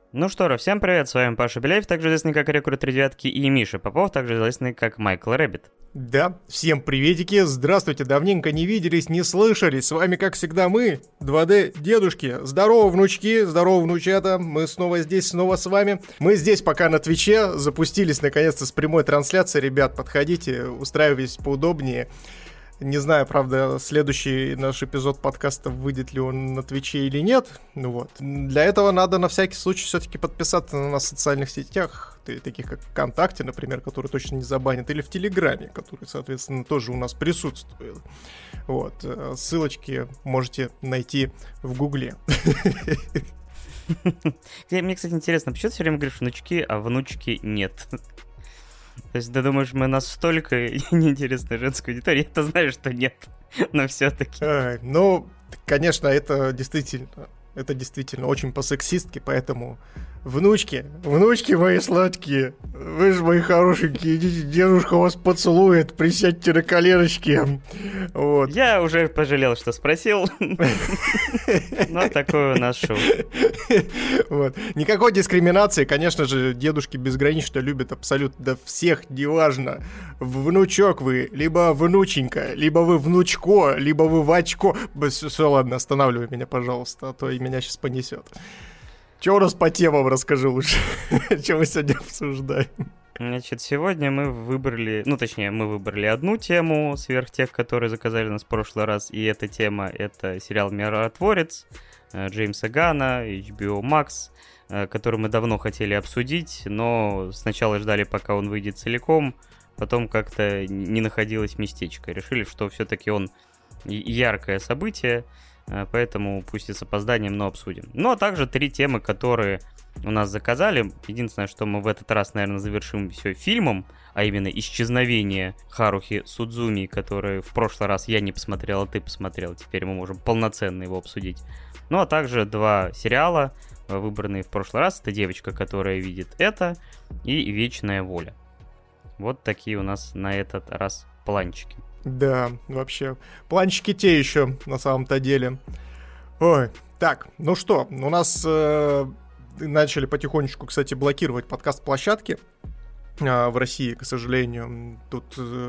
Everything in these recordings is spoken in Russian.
Ну что ж, всем привет, с вами Паша Беляев, также известный как Рекрут 39, и Миша Попов, также известный как Майкл Рэббит. Да, всем приветики, здравствуйте, давненько не виделись, не слышались, с вами как всегда мы, 2D-дедушки. Здорово, внучки, здорово, внучата, мы снова здесь, снова с вами. Мы здесь пока на Твиче, запустились наконец-то с прямой трансляцией, ребят, подходите, устраивайтесь поудобнее. Не знаю, правда, следующий наш эпизод подкаста, выйдет ли он на Твиче или нет. Ну вот. Для этого надо на всякий случай все-таки подписаться на нас в социальных сетях, таких как ВКонтакте, например, который точно не забанят, или в Телеграме, который, соответственно, тоже у нас присутствует. Вот. Ссылочки можете найти в Гугле. Мне, кстати, интересно, почему ты все время говоришь внучки, а внучки нет? То есть ты думаешь, мы настолько неинтересная женская аудитория? Я-то знаю, что нет, но все-таки. Ну, конечно, это действительно очень по-сексистски, поэтому внучки мои сладкие, вы же мои хорошенькие, идите, дедушка вас поцелует, присядьте на коленочки. Вот. Я уже пожалел, что спросил, но такое у нас шоу. Вот. Никакой дискриминации, конечно же, дедушки безгранично любят абсолютно всех, неважно, внучок вы, либо внученька, либо вы внучко, либо вы вачко. Все, ладно, останавливай меня, пожалуйста, а то и меня сейчас понесет. Че у нас по темам, расскажи лучше, что мы сегодня обсуждаем. Значит, сегодня мы выбрали одну тему сверх тех, которые заказали нас в прошлый раз, и эта тема — это сериал «Миротворец» Джеймса Ганна, HBO Max, который мы давно хотели обсудить, но сначала ждали, пока он выйдет целиком, потом как-то не находилось местечко. Решили, что все-таки он яркое событие, поэтому пусть и с опозданием, но обсудим. Ну, а также 3 темы, которые у нас заказали. Единственное, что мы в этот раз, наверное, завершим все фильмом, а именно «Исчезновение» Харухи Судзуми, который в прошлый раз я не посмотрел, а ты посмотрел. Теперь мы можем полноценно его обсудить. Ну, а также 2 сериала, выбранные в прошлый раз. Это «Девочка, которая видит это» и «Вечная воля». Вот такие у нас на этот раз планчики. Да, вообще, планчики те еще, на самом-то деле. Ой, так, ну что, у нас начали потихонечку, кстати, блокировать подкаст-площадки в России, к сожалению. Тут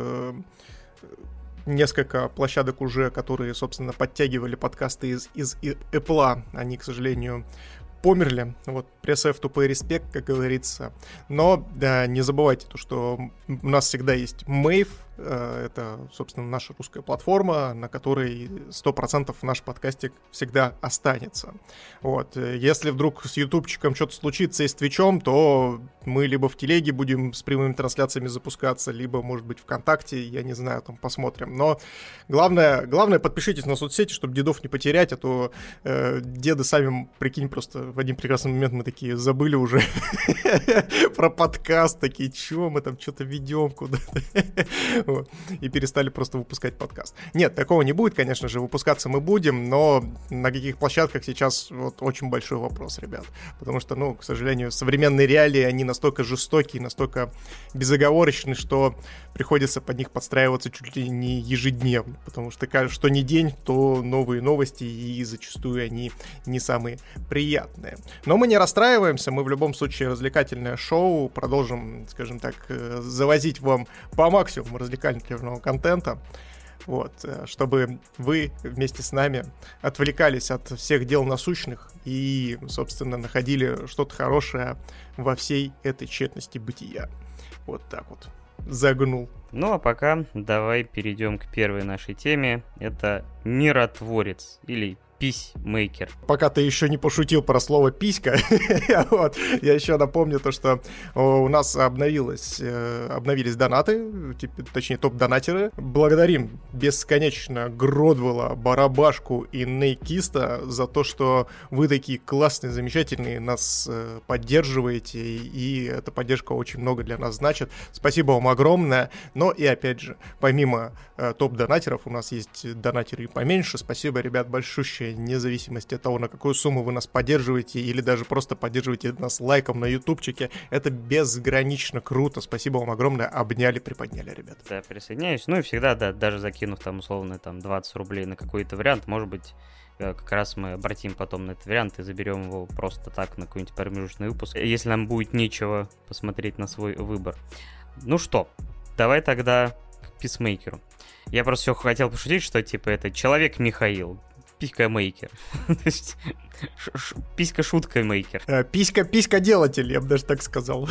несколько площадок уже, которые, собственно, подтягивали подкасты из Apple, они, к сожалению, померли. Вот, пресс-эф, тупой респект, как говорится. Но да, не забывайте, то, что у нас всегда есть Mave. Это, собственно, наша русская платформа, на которой 100% наш подкастик всегда останется. Вот. Если вдруг с ютубчиком что-то случится и с твичом, то мы либо в телеге будем с прямыми трансляциями запускаться, либо, может быть, ВКонтакте, я не знаю, там посмотрим. Но главное подпишитесь на соцсети, чтобы дедов не потерять, а то деды сами, прикинь, просто в один прекрасный момент мы такие забыли уже про подкаст, такие, чё мы там что-то ведем куда-то. Вот. И перестали просто выпускать подкаст. Нет, такого не будет, конечно же, выпускаться мы будем, но на каких площадках сейчас вот очень большой вопрос, ребят. Потому что, к сожалению, современные реалии, они настолько жестокие, настолько безоговорочны, что приходится под них подстраиваться чуть ли не ежедневно. Потому что что ни день, то новые новости, и зачастую они не самые приятные. Но мы не расстраиваемся, мы в любом случае развлекательное шоу, продолжим, скажем так, завозить вам по максимуму развлекательного контента, вот, чтобы вы вместе с нами отвлекались от всех дел насущных и, собственно, находили что-то хорошее во всей этой тщетности бытия. Вот так вот. Загнул. Ну а пока давай перейдем к первой нашей теме. Это «Миротворец» или «Письмейкер». Пока ты еще не пошутил про слово «писька», вот, я еще напомню то, что у нас обновились донаты, точнее топ-донатеры. Благодарим бесконечно Гродвелла, Барабашку и Нейкиста за то, что вы такие классные, замечательные, нас поддерживаете, и эта поддержка очень много для нас значит. Спасибо вам огромное. Но и опять же, помимо топ-донатеров, у нас есть донатеры и поменьше. Спасибо, ребят, большущее, вне зависимости от того, на какую сумму вы нас поддерживаете, или даже просто поддерживаете нас лайком на ютубчике. Это безгранично круто. Спасибо вам огромное. Обняли, приподняли, ребят. Да, присоединяюсь. Ну и всегда, да, даже закинув там условно там 20 рублей на какой-то вариант, может быть, как раз мы обратим потом на этот вариант и заберем его просто так на какой-нибудь промежуточный выпуск, если нам будет нечего посмотреть на свой выбор. Ну что, давай тогда к Писмейкеру. Я просто все хотел пошутить, что типа это человек Михаил, писька-мейкер. То есть писька-шутка-мейкер. Писька-делатель, я бы даже так сказал.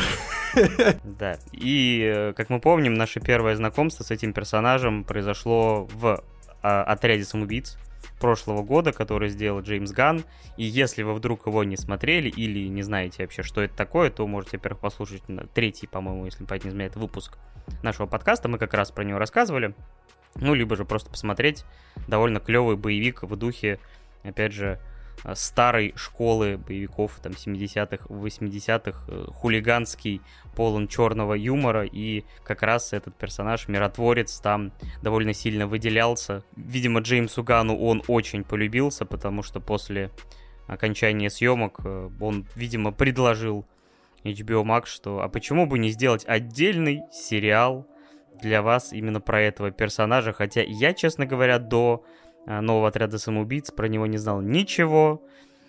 Да, и, как мы помним, наше первое знакомство с этим персонажем произошло в «Отряде самоубийц» прошлого года, который сделал Джеймс Ганн. И если вы вдруг его не смотрели или не знаете вообще, что это такое, то можете, во-первых, послушать третий, по-моему, если память не изменяет, выпуск нашего подкаста. Мы как раз про него рассказывали. Ну, либо же просто посмотреть довольно клевый боевик в духе, опять же, старой школы боевиков там 70-х, 80-х, хулиганский, полон черного юмора, и как раз этот персонаж, миротворец, там довольно сильно выделялся. Видимо, Джеймсу Ганну он очень полюбился, потому что после окончания съемок он, видимо, предложил HBO Max, что а почему бы не сделать отдельный сериал для вас именно про этого персонажа, хотя я, честно говоря, до нового «Отряда самоубийц» про него не знал ничего,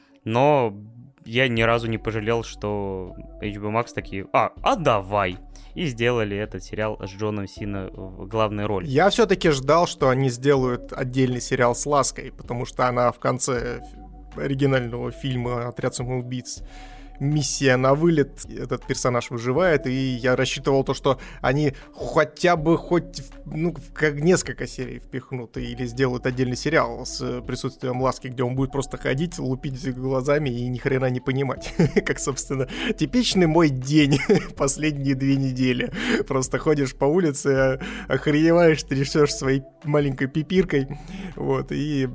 но я ни разу не пожалел, что HBO Max такие, давай, и сделали этот сериал с Джоном Сина в главной роли. Я все-таки ждал, что они сделают отдельный сериал с Лаской, потому что она в конце оригинального фильма «Отряд самоубийц» миссия на вылет, этот персонаж выживает, и я рассчитывал то, что они хотя бы как несколько серий впихнут или сделают отдельный сериал с присутствием Ласки, где он будет просто ходить, лупить глазами и ни хрена не понимать. Как, собственно, типичный мой день последние 2 недели. Просто ходишь по улице, охреневаешь, трясешь своей маленькой пипиркой, вот,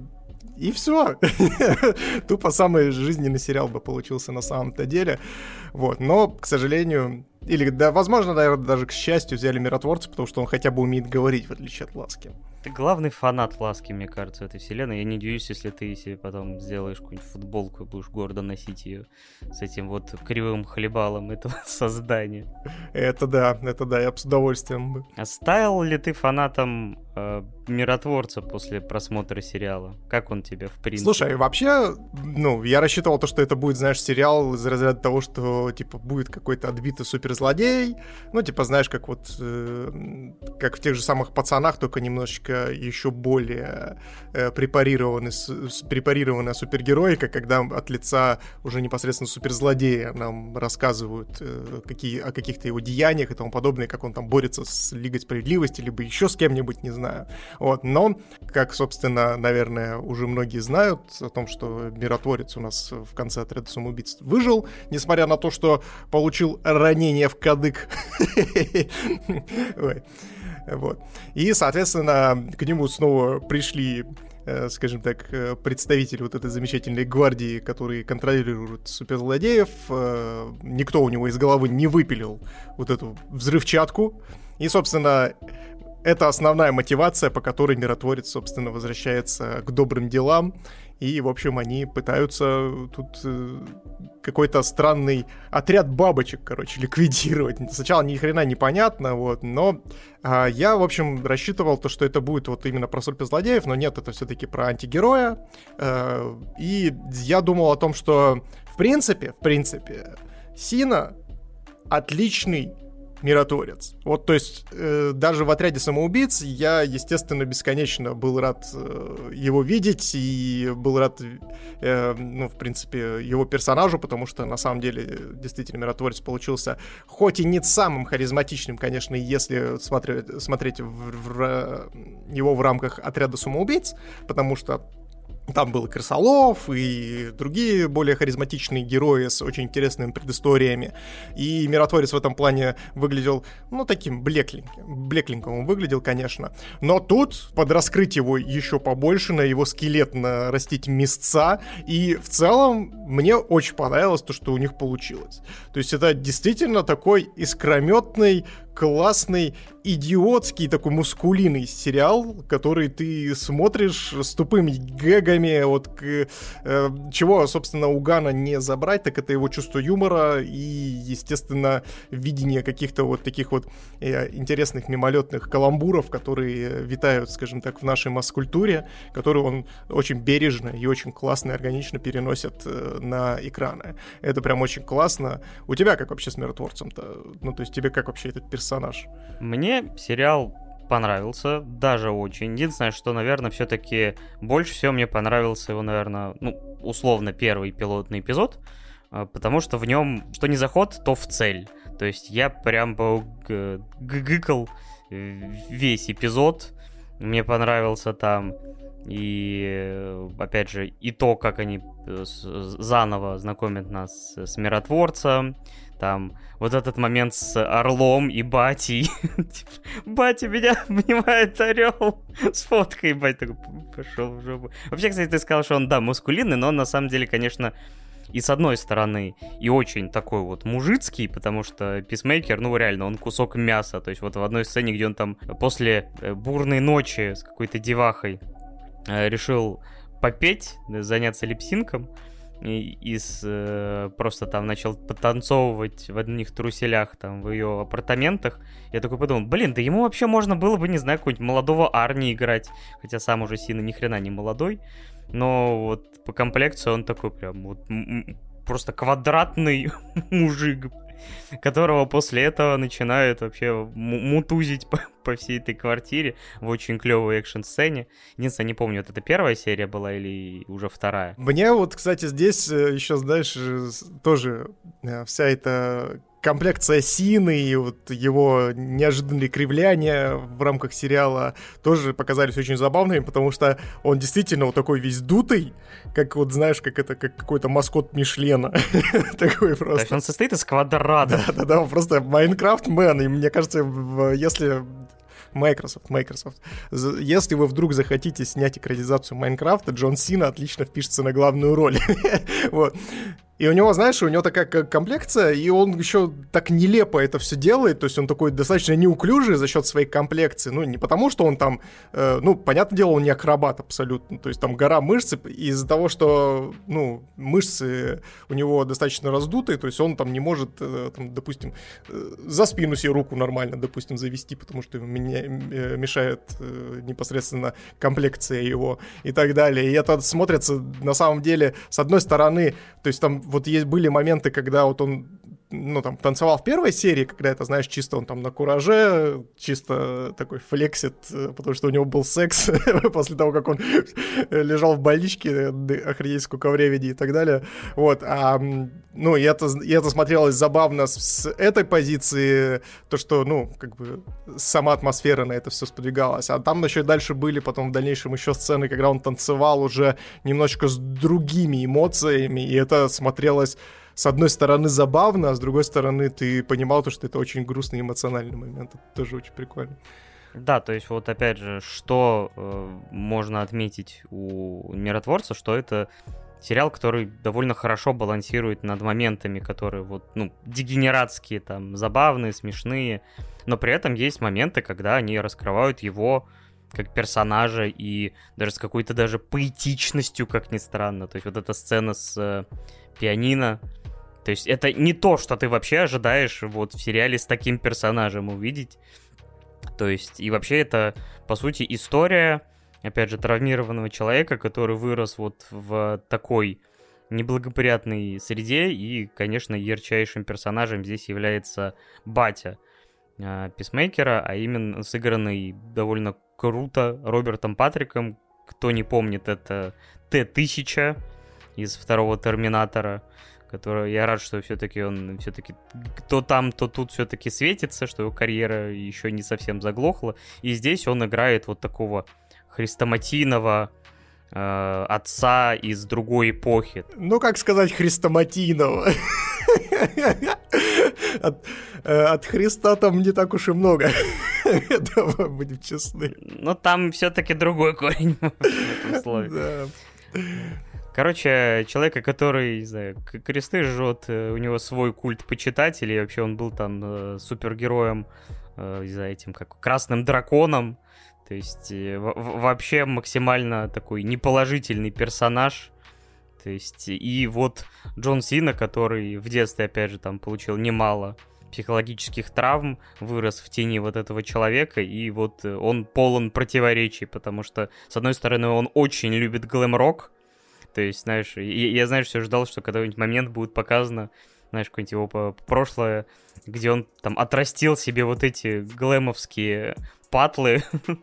и все. Тупо самый жизненный сериал бы получился на самом-то деле. Вот. Но, к сожалению, или, да, возможно, наверное, даже к счастью, взяли миротворца, потому что он хотя бы умеет говорить, в отличие от Ласки. Ты главный фанат Ласки, мне кажется, этой вселенной. Я не удивлюсь, если ты себе потом сделаешь какую-нибудь футболку и будешь гордо носить ее с этим вот кривым хлебалом этого создания. Это да, я бы с удовольствием бы. А стал ли ты фанатом миротворца после просмотра сериала? Как он тебе, в принципе? Слушай, вообще, я рассчитывал то, что это будет, знаешь, сериал из разряда того, что, типа, будет какой-то отбитый суперзлодей, знаешь, как вот, как в тех же самых «Пацанах», только немножечко еще более препарированная супергероика, когда от лица уже непосредственно суперзлодея нам рассказывают о каких-то его деяниях и тому подобное, как он там борется с Лигой Справедливости, либо еще с кем-нибудь, не знаю. Вот. Но, как, собственно, наверное, уже многие знают о том, что миротворец у нас в конце «Отряда самоубийц» выжил, несмотря на то, что получил ранение в кадык. Вот. И, соответственно, к нему снова пришли, скажем так, представители вот этой замечательной гвардии, которые контролируют суперзлодеев. Никто у него из головы не выпилил вот эту взрывчатку. И, собственно, это основная мотивация, по которой миротворец, собственно, возвращается к добрым делам. И, в общем, они пытаются тут какой-то странный отряд бабочек, ликвидировать. Сначала ни хрена непонятно, вот, но я, в общем, рассчитывал то, что это будет вот именно про суперзлодеев, но нет, это все-таки про антигероя. И я думал о том, что, в принципе, Сина отличный миротворец. Вот, то есть, даже в «Отряде самоубийц» я, естественно, бесконечно был рад его видеть и был рад, в принципе, его персонажу, потому что, на самом деле, действительно, миротворец получился хоть и не самым харизматичным, конечно, если смотреть его в рамках «Отряда самоубийц», потому что там был и Крысолов, и другие более харизматичные герои с очень интересными предысториями. И миротворец в этом плане выглядел, таким блекленьким он выглядел, конечно. Но тут подраскрыть его еще побольше, на его скелет нарастить мясца. И в целом мне очень понравилось то, что у них получилось. То есть это действительно такой искрометный, классный, идиотский, такой мускулиный сериал, который ты смотришь с тупыми гэгами, шутками, вот чего, собственно, у Ганна не забрать, так это его чувство юмора и, естественно, видение каких-то вот таких вот интересных мимолетных каламбуров, которые витают, скажем так, в нашей масс-культуре, которые он очень бережно и очень классно и органично переносит на экраны. Это прям очень классно. У тебя как вообще с «Миротворцем»-то? Ну, то есть тебе как вообще этот персонаж? Мне сериал понравился, даже очень. Единственное, что, наверное, все-таки больше всего мне понравился его, наверное, ну, условно, первый пилотный эпизод, потому что в нем, что не заход, то в цель. То есть я прям гыкал весь эпизод. Мне понравился там и, опять же, и то, как они заново знакомят нас с Миротворцем. Там вот этот момент с Орлом и Батей. Батя меня обнимает орел с фоткой. Бать такой, пошел в жопу. Вообще, кстати, ты сказал, что он, да, мускулинный, но он на самом деле, конечно, и с одной стороны, и очень такой вот мужицкий, потому что Писмейкер, ну реально, он кусок мяса. То есть вот в одной сцене, где он там после бурной ночи с какой-то девахой решил попеть, заняться липсинком, и просто там начал потанцовывать в одних труселях там в ее апартаментах. Я такой подумал, блин, да ему вообще можно было бы, не знаю, какого-нибудь молодого Арни играть, хотя сам уже сильно ни хрена не молодой, но вот по комплекции он такой прям вот просто квадратный мужик, которого после этого начинают вообще мутузить по всей этой квартире в очень клевой экшн-сцене. Единственное, не помню, вот это первая серия была или уже вторая? Мне вот, кстати, здесь еще, знаешь, тоже вся эта комплекция Сины и вот его неожиданные кривляния в рамках сериала тоже показались очень забавными, потому что он действительно вот такой весь дутый, как вот, знаешь, как это, как какой-то маскот Мишлена. Такой просто. То есть он состоит из квадрата. Да-да-да, просто Майнкрафт-мен, и мне кажется, если... Microsoft. Если вы вдруг захотите снять экранизацию Майнкрафта, Джон Сина отлично впишется на главную роль. Вот. И у него, знаешь, у него такая комплекция, и он еще так нелепо это все делает, то есть он такой достаточно неуклюжий за счет своей комплекции, ну, не потому что он там, ну, понятное дело, он не акробат абсолютно, то есть там гора мышц, из-за того, что, ну, мышцы у него достаточно раздутые, то есть он там не может, там, допустим, за спину себе руку нормально, допустим, завести, потому что мешает непосредственно комплекция его и так далее, и это смотрится, на самом деле, с одной стороны, то есть там вот были моменты, когда вот он, ну, там, танцевал в первой серии, когда это, знаешь, чисто он там на кураже, чисто такой флексит, потому что у него был секс после того, как он лежал в больничке, охренеть сколько времени и так далее, вот, ну, и это смотрелось забавно с этой позиции, то, что, ну, как бы сама атмосфера на это все сподвигалась, а там еще дальше были потом в дальнейшем еще сцены, когда он танцевал уже немножечко с другими эмоциями, и это смотрелось с одной стороны забавно, а с другой стороны ты понимал, что это очень грустный эмоциональный момент. Это тоже очень прикольно. Да, то есть вот опять же, что можно отметить у «Миротворца», что это сериал, который довольно хорошо балансирует над моментами, которые вот, ну, дегенератские, там, забавные, смешные, но при этом есть моменты, когда они раскрывают его как персонажа и даже с какой-то даже поэтичностью, как ни странно. То есть вот эта сцена с пианино, то есть это не то, что ты вообще ожидаешь вот в сериале с таким персонажем увидеть. То есть и вообще это, по сути, история, опять же, травмированного человека, который вырос вот в такой неблагоприятной среде, и, конечно, ярчайшим персонажем здесь является батя Писмейкера, а именно сыгранный довольно круто Робертом Патриком. Кто не помнит, это Т-1000 из второго Терминатора, который, я рад, что все-таки он все-таки то там, то тут все-таки светится, что его карьера еще не совсем заглохла. И здесь он играет вот такого хрестоматийного отца из другой эпохи. Ну, как сказать хрестоматийного? От Христа там не так уж и много. Давай будем честны. Но там все-таки другой корень в этом слове. Да. Короче, человека, который, не знаю, кресты жжет, у него свой культ почитателей, вообще он был там супергероем, не знаю, этим как красным драконом, То есть вообще максимально такой неположительный персонаж. То есть и вот Джон Сина, который в детстве, опять же, там получил немало психологических травм, вырос в тени вот этого человека, и вот он полон противоречий, потому что, с одной стороны, он очень любит глэм-рок, то есть, знаешь, я знаешь, все ждал, что когда-нибудь момент будет показано, знаешь, какое-нибудь его прошлое, где он там отрастил себе вот эти глэмовские патлы.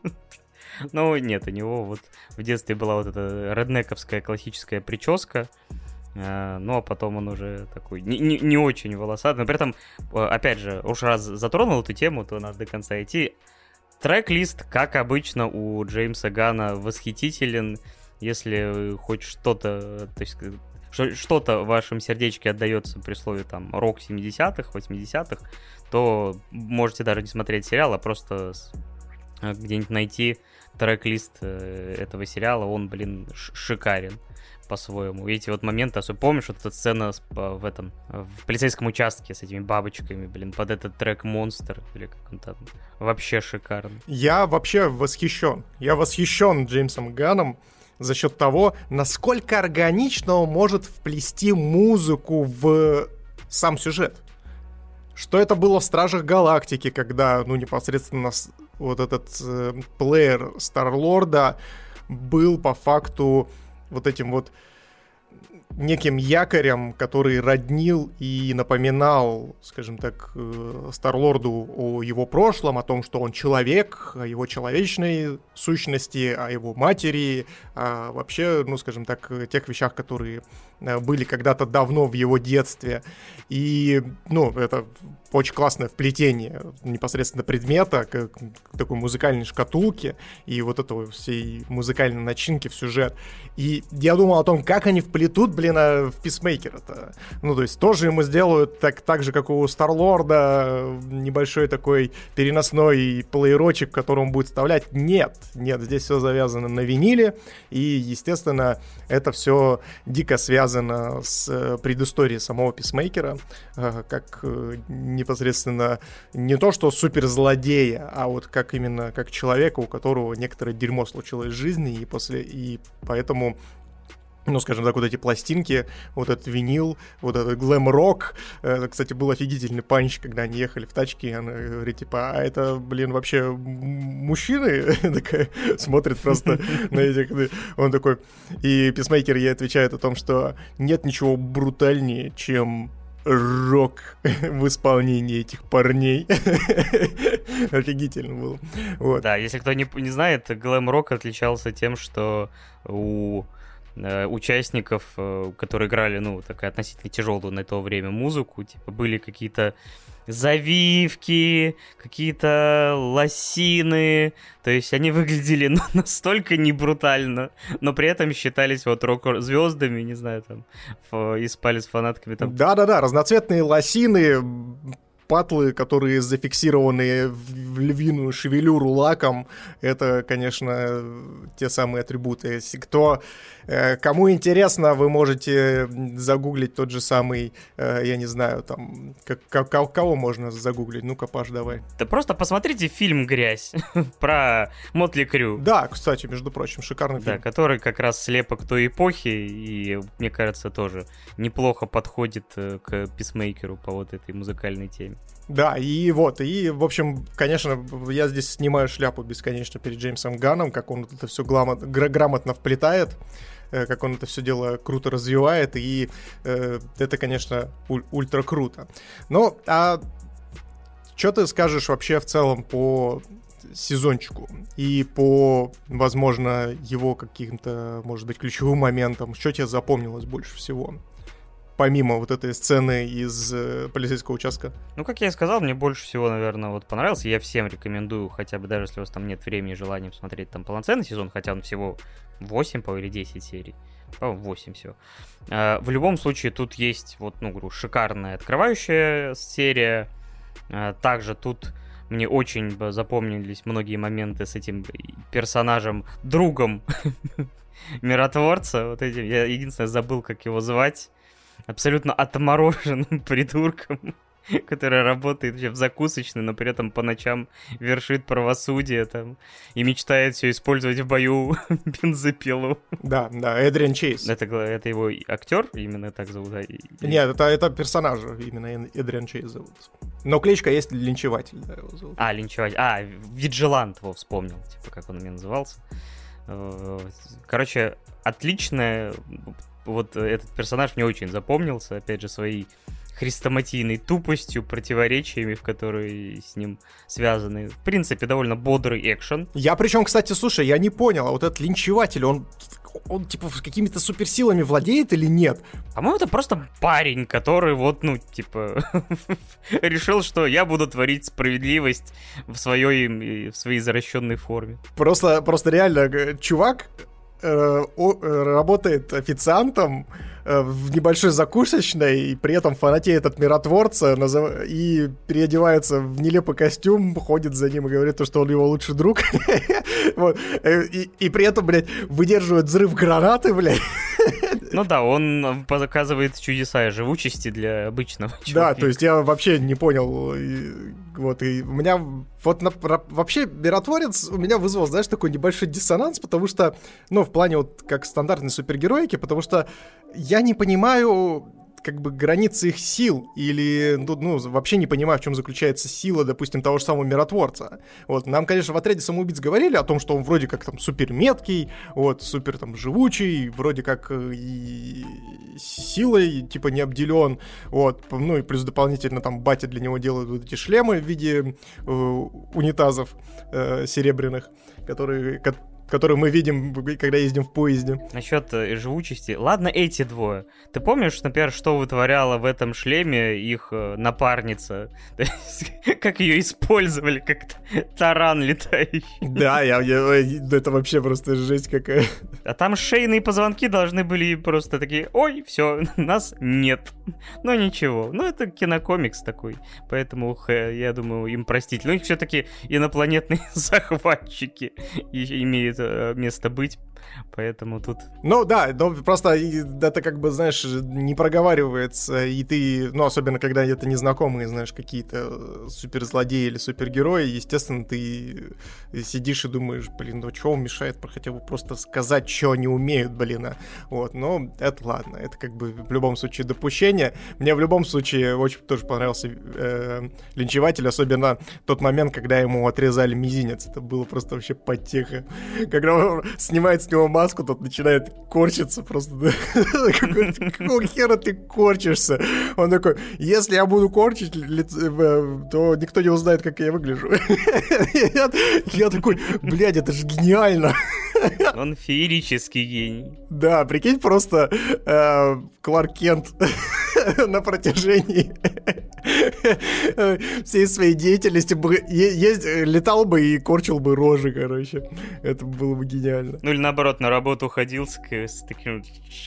Ну, нет, у него вот в детстве была вот эта реднековская классическая прическа, ну, а потом он уже такой не очень волосатый, но при этом, опять же, уж раз затронул эту тему, то надо до конца идти. Трек-лист, как обычно, у Джеймса Ганна восхитителен, если хоть что-то, то есть что-то в вашем сердечке отдается при слове там рок 70-х, 80-х, то можете даже не смотреть сериал, а просто где-нибудь найти трек-лист этого сериала, он, блин, шикарен по-своему. И эти вот моменты, особенно помнишь, вот эта сцена в полицейском участке с этими бабочками, блин, под этот трек «Монстр», или как он там, вообще шикарно. Я вообще восхищен. Я восхищен Джеймсом Ганном за счет того, насколько органично он может вплести музыку в сам сюжет. Что это было в «Стражах Галактики», когда, ну, непосредственно вот этот плеер Стар-Лорда был по факту вот этим вот неким якорем, который роднил и напоминал, скажем так, Стар-Лорду о его прошлом, о том, что он человек, о его человечной сущности, о его матери, о вообще, ну, скажем так, тех вещах, которые были когда-то давно в его детстве. И, ну, это очень классное вплетение непосредственно предмета к такой музыкальной шкатулке и вот этого всей музыкальной начинки в сюжет. И я думал о том, как они вплетут, блин, в Писмейкера-то. Ну, то есть тоже ему сделают так же, как у Стар-Лорда, небольшой такой переносной плеерочек, в котором он будет вставлять. Нет, здесь все завязано на виниле, и, естественно, это все дико связано с предысторией самого Писмейкера, как непосредственно не то, что суперзлодея, а вот как именно как человека, у которого некоторое дерьмо случилось в жизни, и поэтому, ну, скажем так, вот эти пластинки, вот этот винил, вот этот глэм-рок. Кстати, был офигительный панч, когда они ехали в тачке, и она говорит, типа, а это, блин, вообще мужчины? Такая смотрит просто на этих... Он такой... И Писмейкер ей отвечает о том, что нет ничего брутальнее, чем рок в исполнении этих парней. Офигительно было. Вот. Да, если кто не знает, глэм-рок отличался тем, что у участников, которые играли, ну, такая относительно тяжелую на то время музыку, типа, были какие-то завивки, какие-то лосины, то есть они выглядели настолько не брутально, но при этом считались вот рок-звездами, не знаю, там, и спали с фанатками там. Да-да-да, разноцветные лосины, патлы, которые зафиксированы в львиную шевелюру лаком, это, конечно, те самые атрибуты. Если кому интересно, вы можете загуглить тот же самый, я не знаю, там, кого можно загуглить? Ну-ка, Паш, давай. Да просто посмотрите фильм «Грязь» про Мотли Крю. Да, кстати, между прочим, шикарный фильм. Да, который как раз слепок той эпохи, и, мне кажется, тоже неплохо подходит к Писмейкеру по вот этой музыкальной теме. Да, и в общем, конечно, я здесь снимаю шляпу бесконечно перед Джеймсом Ганном, как он это все грамотно вплетает, как он это все дело круто развивает, и это, конечно, ультра круто. Ну, а что ты скажешь вообще в целом по сезончику и по, возможно, его каким-то, может быть, ключевым моментам? Что тебе запомнилось больше всего? Помимо вот этой сцены из полицейского участка. Ну, как я и сказал, мне больше всего, наверное, вот понравился. Я всем рекомендую, хотя бы даже если у вас там нет времени и желания посмотреть там полноценный сезон, хотя он всего 8, или 10 серий. По-моему, 8 всего. В любом случае, тут есть, вот, ну, говорю, шикарная открывающая серия. Также тут мне очень запомнились многие моменты с этим персонажем, другом миротворца. Вот этим. Я единственное забыл, как его звать. Абсолютно отмороженным придурком. которая работает вообще в закусочной, но при этом по ночам вершит правосудие там и мечтает все использовать в бою бензопилу. Да, Эдриан Чейз. Это его актер именно так зовут? Нет, это персонаж именно Эдриан Чейз зовут. Но кличка есть линчеватель, да, его зовут. Линчеватель. Виджилант, вспомнил, типа, как он у меня назывался. Короче, отличная. Вот этот персонаж мне очень запомнился, опять же, своей хрестоматийной тупостью, противоречиями, в которые с ним связаны. В принципе, довольно бодрый экшен. Я причем, кстати, слушай, я не понял, а вот этот линчеватель, он типа какими-то суперсилами владеет или нет? По-моему, это просто парень, который решил, что я буду творить справедливость в своей извращенной форме. Просто реально, чувак работает официантом в небольшой закусочной, и при этом фанатеет от миротворца и переодевается в нелепый костюм, ходит за ним и говорит, что он его лучший друг. И при этом, блядь, выдерживает взрыв гранаты, блядь. Ну да, он показывает чудеса живучести для обычного человека. Да, то есть я вообще не понял. И у меня вообще миротворец у меня вызвал, знаешь, такой небольшой диссонанс, потому что, в плане вот как стандартной супергероики, потому что я не понимаю как бы границы их сил, или, вообще не понимаю, в чем заключается сила, допустим, того же самого миротворца. Вот, нам, конечно, в отряде самоубийц говорили о том, что он вроде как там супер меткий, супер там живучий, вроде как и силой, типа, не обделен, и плюс дополнительно там батя для него делают вот эти шлемы в виде унитазов серебряных, которые мы видим, когда ездим в поезде. Насчет живучести. Ладно, эти двое. Ты помнишь, например, что вытворяла в этом шлеме их напарница? То есть, как ее использовали, как таран летающий. Да, это вообще просто жесть какая. А там шейные позвонки должны были просто такие: ой, все, нас нет. Но ничего. Это кинокомикс такой. Поэтому, я думаю, им простить. Но их все-таки инопланетные захватчики имеют место быть, поэтому тут... Просто это как бы, знаешь, не проговаривается, и ты, особенно когда это незнакомые, знаешь, какие-то суперзлодеи или супергерои, естественно, ты сидишь и думаешь, что вам мешает хотя бы просто сказать, что они умеют, но это ладно, это как бы в любом случае допущение. Мне в любом случае очень тоже понравился линчеватель, особенно тот момент, когда ему отрезали мизинец, это было просто вообще потеха. Когда он снимает с него маску, тот начинает корчиться просто. Какого хера ты корчишься? Он такой: если я буду корчить, то никто не узнает, как я выгляжу. Я такой: блядь, это же гениально. Он феерический гений. Да, прикинь, просто Кларк Кент на протяжении всей своей деятельности летал бы и корчил бы рожи, короче. Это было бы гениально. Или наоборот, на работу ходил с таким: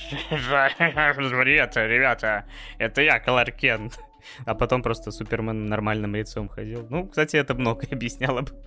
ребята, это я, Кларк Кент. А потом просто Супермен нормальным лицом ходил. Кстати, это многое объясняло бы.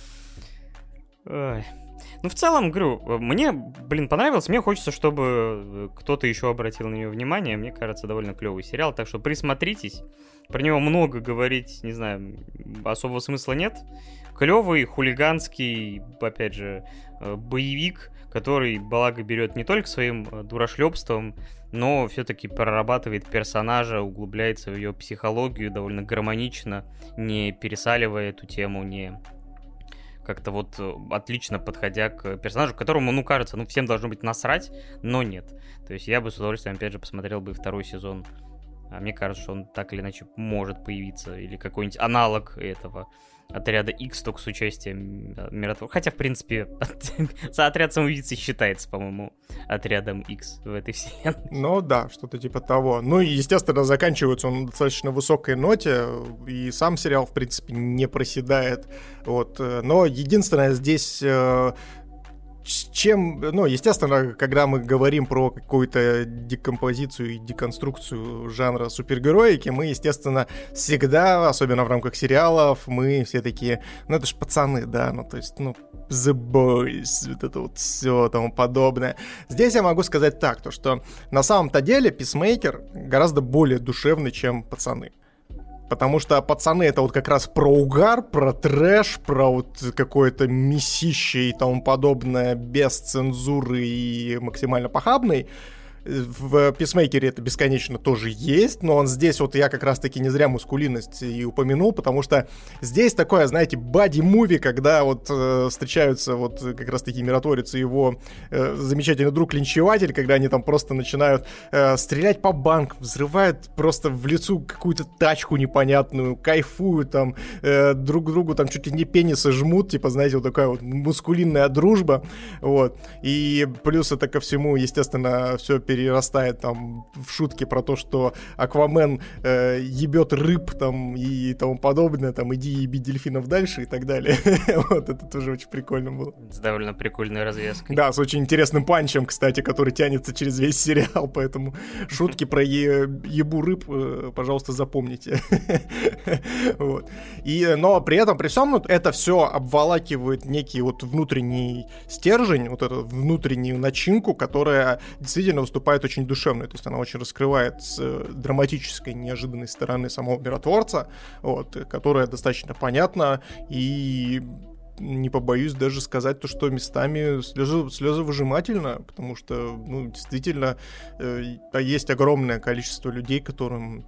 Ой. В целом, говорю, мне, понравилось. Мне хочется, чтобы кто-то еще обратил на него внимание. Мне кажется, довольно клевый сериал. Так что присмотритесь. Про него много говорить, не знаю, особого смысла нет. Клевый, хулиганский, опять же, боевик, который, благо, берет не только своим дурашлепством, но все-таки прорабатывает персонажа, углубляется в ее психологию довольно гармонично, не пересаливая эту тему, не... как-то отлично подходя к персонажу, которому, кажется, всем должно быть насрать, но нет. То есть я бы с удовольствием, опять же, посмотрел бы второй сезон. А мне кажется, что он так или иначе может появиться. Или какой-нибудь аналог этого отряда X, только с участием миротворца. Хотя, в принципе, отряд самоубийц считается, по-моему, отрядом X в этой вселенной. Да, что-то типа того. И, естественно, заканчивается он на достаточно высокой ноте, и сам сериал, в принципе, не проседает. Но единственное здесь... естественно, когда мы говорим про какую-то декомпозицию и деконструкцию жанра супергероики, мы, естественно, всегда, особенно в рамках сериалов, мы все такие, это ж пацаны, да, то есть, The Boys, вот это вот все тому подобное. Здесь я могу сказать так, что на самом-то деле Peacemaker гораздо более душевный, чем пацаны. потому что «Пацаны» — это вот как раз про угар, про трэш, про вот какое-то месище и тому подобное, без цензуры и максимально похабный. В «Писмейкере» это бесконечно тоже есть, но он здесь вот я как раз-таки не зря мускулинность и упомянул, потому что здесь такое, знаете, бади-муви, когда вот встречаются вот как раз-таки Миротворец и его замечательный друг-линчеватель, когда они там просто начинают стрелять по банкам, взрывают просто в лицо какую-то тачку непонятную, кайфуют там, друг другу там чуть ли не пенисы жмут, типа, знаете, вот такая вот мускулинная дружба, вот, и плюс это ко всему, естественно, все перерастает там в шутки про то, что Аквамен ебет рыб там и тому подобное, там иди еби дельфинов дальше и так далее. Вот это тоже очень прикольно было. С довольно прикольной развязкой. Да, с очень интересным панчем, кстати, который тянется через весь сериал, поэтому шутки про ебу рыб, пожалуйста, запомните. Вот. Но при этом, при всем, это все обволакивает некий вот внутренний стержень, вот эту внутреннюю начинку, которая действительно выступает очень душевной, то есть она очень раскрывает с драматической, неожиданной стороны самого миротворца, вот, которая достаточно понятна, и не побоюсь даже сказать то, что местами слезовыжимательно, потому что, ну, действительно, есть огромное количество людей, которым...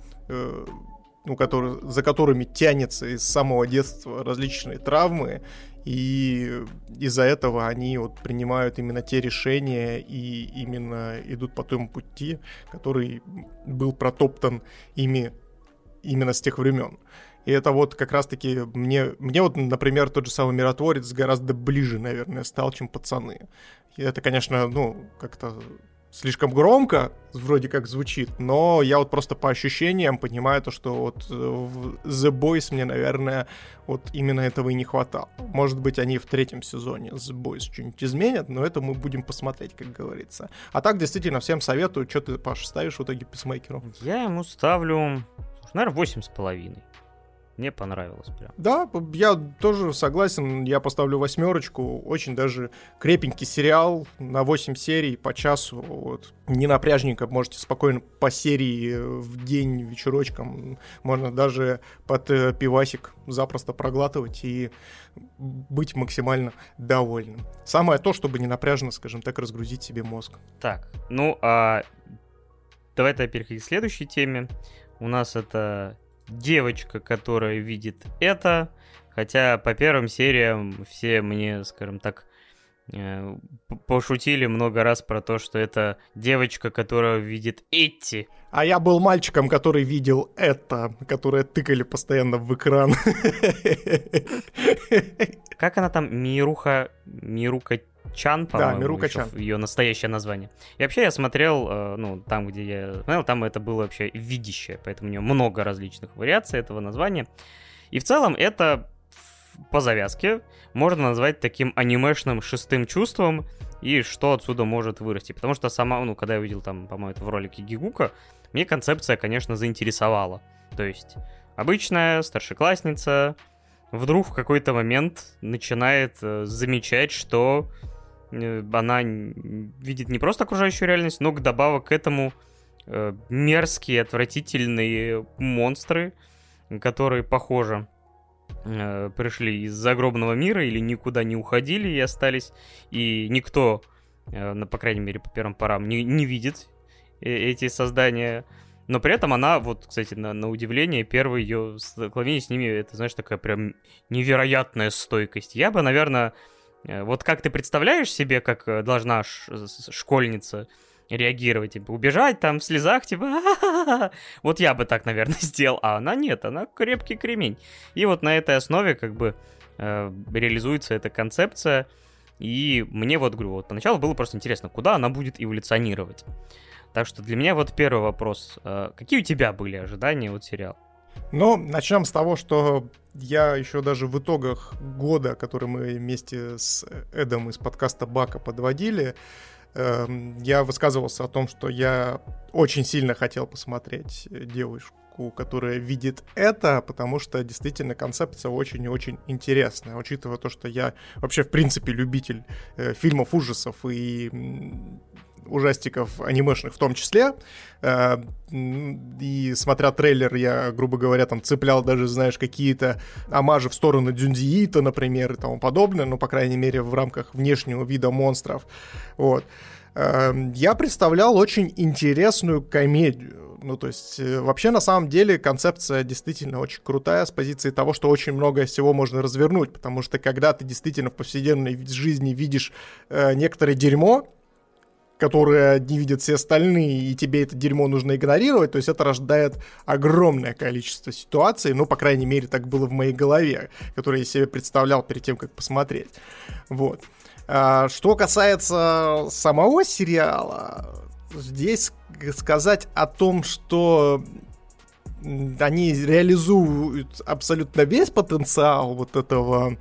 за которыми тянется из самого детства различные травмы, и из-за этого они вот принимают именно те решения и именно идут по тому пути, который был протоптан ими именно с тех времен. И это вот как раз-таки мне вот, например, тот же самый «Миротворец» гораздо ближе, наверное, стал, чем «Пацаны». И это, конечно, ну, как-то... слишком громко вроде как звучит, но я вот просто по ощущениям понимаю то, что вот в The Boys мне, наверное, вот именно этого и не хватало. Может быть, они в 3-м сезоне The Boys что-нибудь изменят, но это мы будем посмотреть, как говорится. А так, действительно, всем советую. Что ты, Паш, ставишь в итоге «Писмейкеру»? Я ему ставлю, наверное, 8,5. Мне понравилось прям. Да, я тоже согласен, я поставлю 8. Очень даже крепенький сериал на 8 серий по часу. Вот. Не напряжненько, можете спокойно по серии в день вечерочком. Можно даже под пивасик запросто проглатывать и быть максимально довольным. Самое то, чтобы не напряжно, скажем так, разгрузить себе мозг. Так, ну давай-то переходить к следующей теме. У нас это... девочка, которая видит это, хотя по первым сериям все мне, скажем так, пошутили много раз про то, что это девочка, которая видит эти. А я был мальчиком, который видел это, которое тыкали постоянно в экран. Как она там? Мирука Чан, по-моему, да, Мирука Чан. Ее настоящее название. И вообще я смотрел, ну, там, где я смотрел, там это было вообще видящее, поэтому у нее много различных вариаций этого названия. И в целом это по завязке можно назвать таким анимешным 6-м чувством, и что отсюда может вырасти. Потому что сама, ну, когда я увидел там, по-моему, это в ролике Гигука, мне концепция, конечно, заинтересовала. То есть обычная старшеклассница вдруг в какой-то момент начинает замечать, что она видит не просто окружающую реальность, но вдобавок к этому мерзкие, отвратительные монстры, которые, похоже, пришли из загробного мира или никуда не уходили и остались, и никто, по крайней мере, по первым порам не видит эти создания. Но при этом она, вот, кстати, на удивление, первое ее столкновение с ними, это, знаешь, такая прям невероятная стойкость. Я бы, наверное, вот как ты представляешь себе, как должна школьница реагировать, типа, убежать там в слезах, типа, а-а-а-а! Вот я бы так, наверное, сделал, а она нет, она крепкий кремень. И вот на этой основе, как бы, реализуется эта концепция, и мне вот, говорю, вот поначалу было просто интересно, куда она будет эволюционировать. Так что для меня вот первый вопрос. Какие у тебя были ожидания от сериала? Ну, начнем с того, что я еще даже в итогах года, который мы вместе с Эдом из подкаста Бака подводили, я высказывался о том, что я очень сильно хотел посмотреть девушку, которая видит это, потому что действительно концепция очень и очень интересная, учитывая то, что я вообще в принципе любитель фильмов ужасов и ужастиков анимешных в том числе. И смотря трейлер, я, грубо говоря, там цеплял даже, знаешь, какие-то омажи в сторону Дзюнзи Ито, например, и тому подобное, ну, по крайней мере, в рамках внешнего вида монстров. Вот. Я представлял очень интересную комедию. Ну, то есть, вообще, на самом деле, концепция действительно очень крутая с позиции того, что очень много всего можно развернуть, потому что когда ты действительно в повседневной жизни видишь некоторое дерьмо, которое не видят все остальные, и тебе это дерьмо нужно игнорировать, то есть это рождает огромное количество ситуаций, ну, по крайней мере, так было в моей голове, которые я себе представлял перед тем, как посмотреть. Вот. Что касается самого сериала, здесь сказать о том, что они реализуют абсолютно весь потенциал вот этого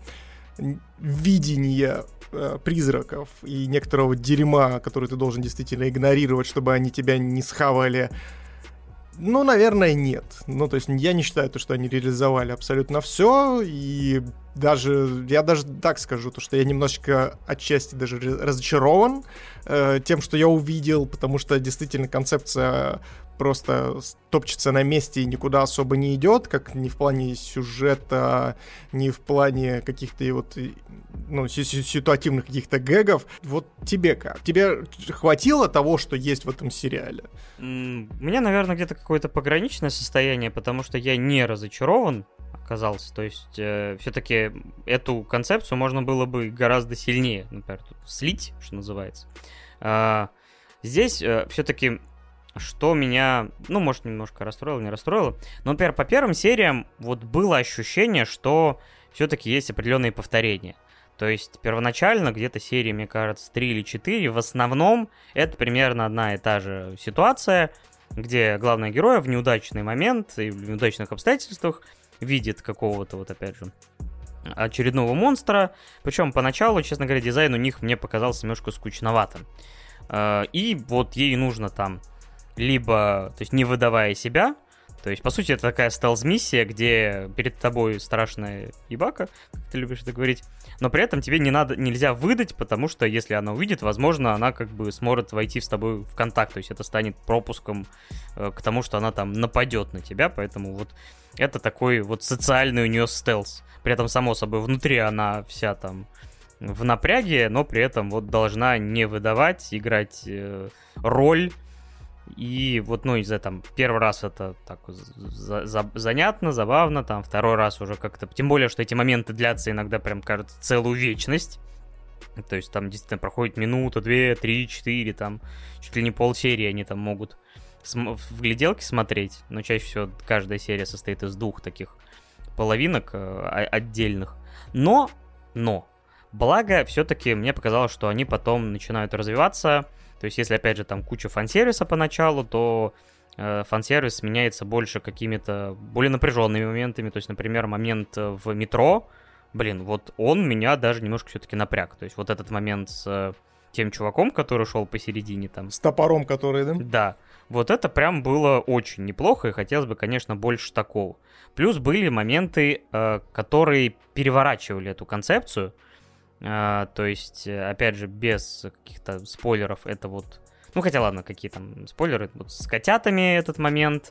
видения призраков и некоторого дерьма, который ты должен действительно игнорировать, чтобы они тебя не схавали, ну, наверное, нет. Ну, то есть я не считаю, что они реализовали абсолютно все, и я даже так скажу, что я немножечко отчасти даже разочарован тем, что я увидел, потому что действительно концепция просто топчется на месте и никуда особо не идет, как ни в плане сюжета, ни в плане каких-то вот, ну, ситуативных каких-то гэгов. Вот тебе как? Тебе хватило того, что есть в этом сериале? У меня, наверное, где-то какое-то пограничное состояние, потому что я не разочарован оказался. То есть все-таки эту концепцию можно было бы гораздо сильнее, например, слить, что называется. Здесь все-таки что меня, ну, может, немножко расстроило, не расстроило. Но, например, по первым сериям вот было ощущение, что все-таки есть определенные повторения. То есть первоначально где-то серии, мне кажется, 3 или 4, в основном это примерно одна и та же ситуация, где главный герой в неудачный момент и в неудачных обстоятельствах видит какого-то, вот опять же, очередного монстра. Причем поначалу, честно говоря, дизайн у них мне показался немножко скучноватым. И вот ей нужно там либо, то есть не выдавая себя, то есть, по сути, это такая стелс-миссия, где перед тобой страшная ебака, как ты любишь это говорить, но при этом тебе нельзя выдать, потому что если она увидит, возможно, она как бы сможет войти с тобой в контакт, то есть это станет пропуском к тому, что она там нападет на тебя, поэтому вот это такой вот социальный у нее стелс. При этом, само собой, внутри она вся там в напряге, но при этом вот должна не выдавать, играть роль. И вот, ну, из-за там первый раз это так занятно, забавно, там второй раз уже как-то... Тем более, что эти моменты длятся иногда прям, кажется, целую вечность. То есть там действительно проходит минута, 2, 3, 4, там чуть ли не полсерии они там могут в гляделке смотреть. Но чаще всего каждая серия состоит из 2 таких половинок отдельных. Но, благо, все-таки мне показалось, что они потом начинают развиваться. То есть, если, опять же, там куча фан-сервиса поначалу, то фан-сервис сменяется больше какими-то более напряженными моментами. То есть, например, момент в метро, вот он меня даже немножко все-таки напряг. То есть, вот этот момент с тем чуваком, который шел посередине там. С топором, который, да? Да. Вот это прям было очень неплохо, и хотелось бы, конечно, больше такого. Плюс были моменты, которые переворачивали эту концепцию. То есть, опять же, без каких-то спойлеров, это вот... Ну, хотя ладно, какие там спойлеры. Вот с котятами этот момент,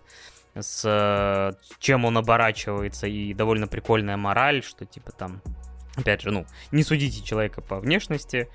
с чем он оборачивается, и довольно прикольная мораль, что типа там... Опять же, ну, не судите человека по внешности.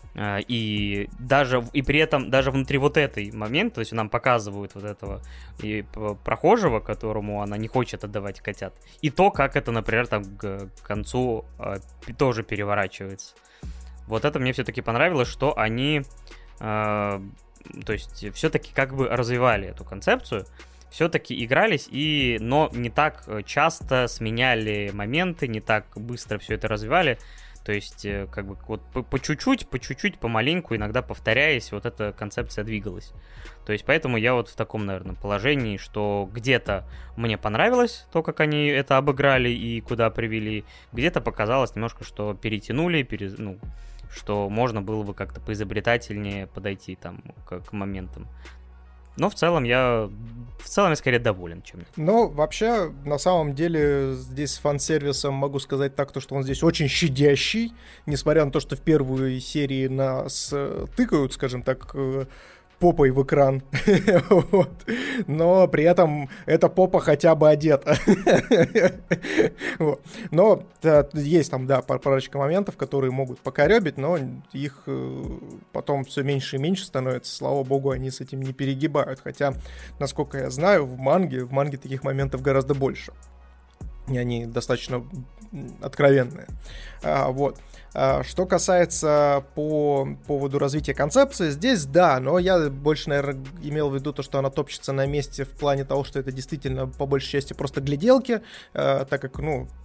И при этом даже внутри вот этой момента, то есть нам показывают вот этого и прохожего, которому она не хочет отдавать котят, и то, как это, например, там к концу тоже переворачивается. Вот это мне все-таки понравилось, что они, то есть все-таки как бы развивали эту концепцию, все-таки игрались, но не так часто сменяли моменты, не так быстро все это развивали. То есть, как бы, вот по чуть-чуть, помаленьку, иногда повторяясь, вот эта концепция двигалась. То есть, поэтому я вот в таком, наверное, положении, что где-то мне понравилось то, как они это обыграли и куда привели, где-то показалось немножко, что перетянули, что можно было бы как-то поизобретательнее подойти там к моментам. Но в целом я скорее доволен, чем нет. Но вообще, на самом деле, здесь с фан-сервисом могу сказать так, что он здесь очень щадящий, несмотря на то, что в первой серии нас тыкают, скажем так, попой в экран, вот. Но при этом эта попа хотя бы одета. Вот. Но есть там, да, парочка моментов, которые могут покорёбить, но их потом все меньше и меньше становится. Слава богу, они с этим не перегибают. Хотя, насколько я знаю, в манге таких моментов гораздо больше. И они достаточно откровенные. Вот. Что касается по поводу развития концепции, здесь да, но я больше, наверное, имел в виду то, что она топчется на месте в плане того, что это действительно по большей части просто гляделки, так как,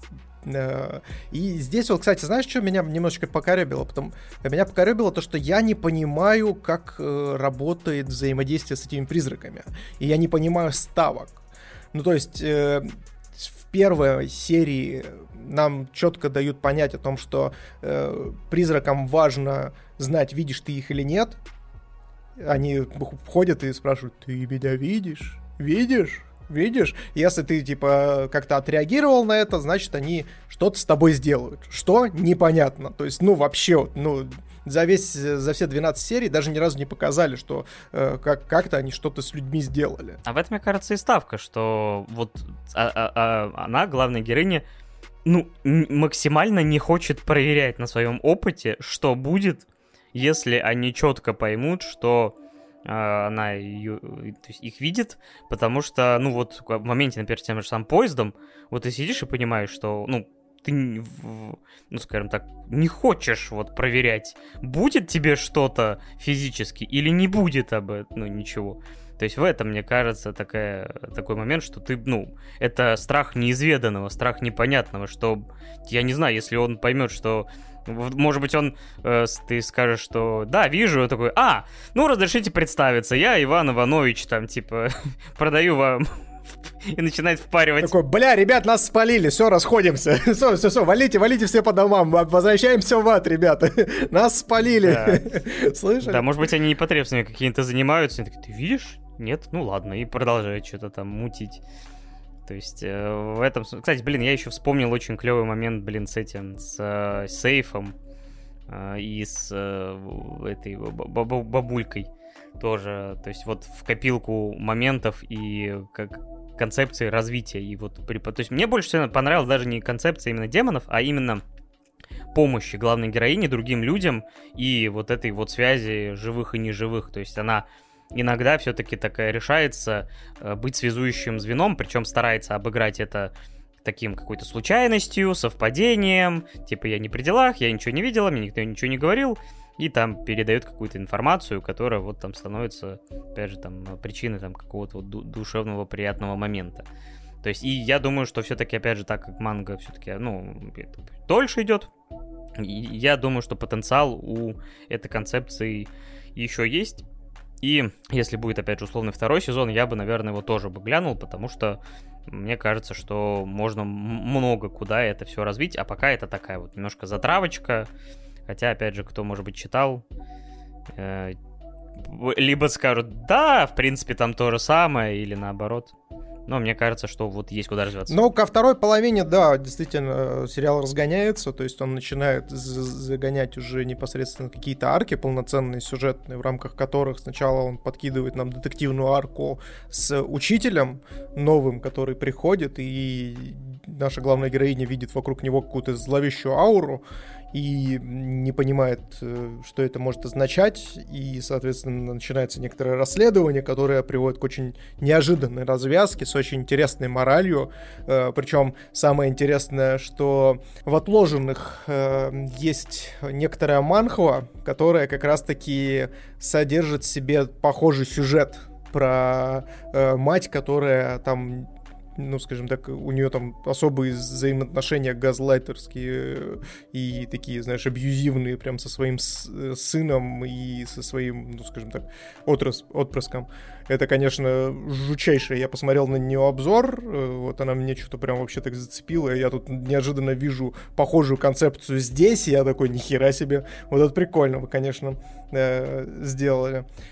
и здесь вот, кстати, знаешь, что меня немножечко покорёбило? Меня покорёбило то, что я не понимаю, как работает взаимодействие с этими призраками, и я не понимаю ставок. Ну, то есть... В первой серии нам четко дают понять о том, что призракам важно знать, видишь ты их или нет. Они ходят и спрашивают: ты меня видишь? Видишь? Если ты, типа, как-то отреагировал на это, значит, они что-то с тобой сделают. Что? Непонятно. То есть, вообще, за все 12 серий даже ни разу не показали, что как-то они что-то с людьми сделали. А в этом, мне кажется, и ставка, что вот она, главная героиня, максимально не хочет проверять на своем опыте, что будет, если они четко поймут, что она их видит, потому что, в моменте, например, с тем же самым поездом, вот ты сидишь и понимаешь, что, ты, скажем так, не хочешь проверять, будет тебе что-то физически или не будет ничего. То есть в этом, мне кажется, такой момент, что ты, это страх неизведанного, страх непонятного, что, я не знаю, если он поймет, что, может быть, ты скажешь, что, да, вижу, такой, разрешите представиться, я Иван Иванович, продаю вам... И начинает впаривать. Такой: ребят, нас спалили, все, расходимся. Все, валите все по домам. Возвращаемся в ад, ребята. Нас спалили. Да. Слышали? Да, может быть, они непотребствами какие-то занимаются. Они такие: ты видишь? Нет? Ну ладно. И продолжают что-то там мутить. То есть в этом... Кстати, я еще вспомнил очень клевый момент, с сейфом и с этой бабулькой. Тоже, то есть в копилку моментов и концепции развития. И то есть мне больше всего понравилась даже не концепция именно демонов, а именно помощи главной героине другим людям и этой связи живых и неживых. То есть она иногда все-таки такая решается быть связующим звеном, причем старается обыграть это таким какой-то случайностью, совпадением, типа я не при делах, я ничего не видела, мне никто ничего не говорил. И там передает какую-то информацию, которая там становится, опять же, причиной какого-то душевного приятного момента. То есть, и я думаю, что все-таки, опять же, так как манга все-таки, дольше идет, я думаю, что потенциал у этой концепции еще есть. И если будет, опять же, условный второй сезон, я бы, наверное, его тоже глянул, потому что мне кажется, что можно много куда это все развить, а пока это такая немножко затравочка. Хотя, опять же, кто, может быть, читал, либо скажут, да, в принципе, там то же самое, или наоборот. Но мне кажется, что есть куда развиваться. Ко второй половине, да, действительно, сериал разгоняется, то есть он начинает загонять уже непосредственно какие-то арки полноценные, сюжетные, в рамках которых сначала он подкидывает нам детективную арку с учителем новым, который приходит, и наша главная героиня видит вокруг него какую-то зловещую ауру, и не понимает, что это может означать, и, соответственно, начинается некоторое расследование, которое приводит к очень неожиданной развязке с очень интересной моралью, причем самое интересное, что в отложенных есть некоторая манхва, которая как раз-таки содержит в себе похожий сюжет про мать, которая там... скажем так, у нее там особые взаимоотношения газлайтерские и такие, знаешь, абьюзивные прям со своим сыном и со своим, скажем так, отпрыском. Это, конечно, жутчайшее. Я посмотрел на нее обзор, она мне что-то прям вообще так зацепила, я тут неожиданно вижу похожую концепцию здесь, и я такой: нихера себе, это прикольно вы, конечно, сделали.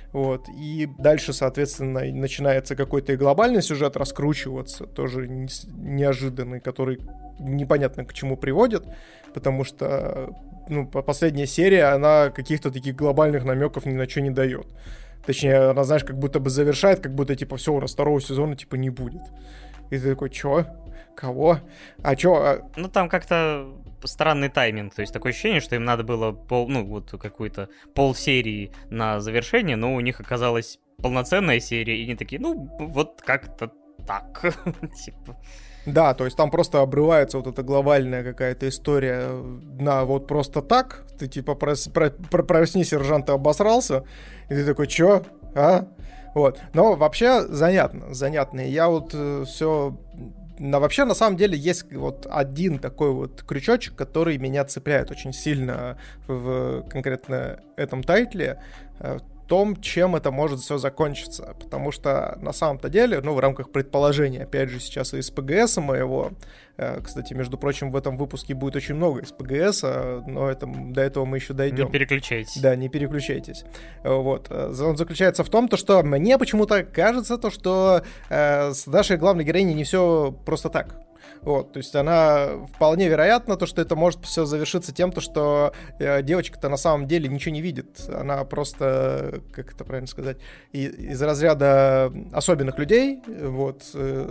Вот. И дальше, соответственно, начинается какой-то и глобальный сюжет раскручиваться, тоже неожиданный, который непонятно к чему приводит, потому что последняя серия, она каких-то таких глобальных намеков ни на что не дает. Точнее, она, знаешь, как будто бы завершает, как будто, типа, все, у нас второго сезона, типа, не будет. И ты такой, чё? Кого? А чё? Ну, там как-то странный тайминг, то есть такое ощущение, что им надо было какую-то полсерии на завершение, но у них оказалась полноценная серия, и они такие, вот как-то так, типа... Да, то есть там просто обрывается вот эта глобальная какая-то история на вот просто так. Ты типа просни, сержант, ты обосрался. И ты такой, чё? А? Вот. Но вообще занятно. И я вот все... вообще, на самом деле, есть вот один такой вот крючочек, который меня цепляет очень сильно в конкретно этом тайтле. Том, чем это может все закончиться. Потому что на самом-то деле, в рамках предположения, опять же, сейчас из ПГСа моего, кстати, между прочим, в этом выпуске будет очень много из ПГСа, но до этого мы еще дойдем. Не переключайтесь. Да, не переключайтесь. Вот. Он заключается в том, что мне почему-то кажется, что с нашей главной героиней не все просто так. Вот, то есть она вполне вероятно, что это может все завершиться тем, что девочка-то на самом деле ничего не видит. Она просто, как это правильно сказать, из разряда особенных людей, вот,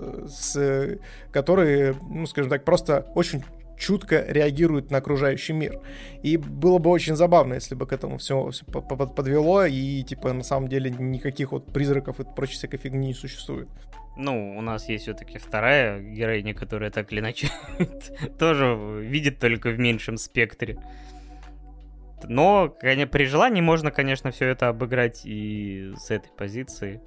которые, скажем так, просто очень чутко реагируют на окружающий мир. И было бы очень забавно, если бы к этому все подвело, и, типа, на самом деле никаких вот призраков и прочей всякой фигни не существует. У нас есть все-таки вторая героиня, которая так или иначе тоже видит только в меньшем спектре. Но при желании можно, конечно, все это обыграть и с этой позиции.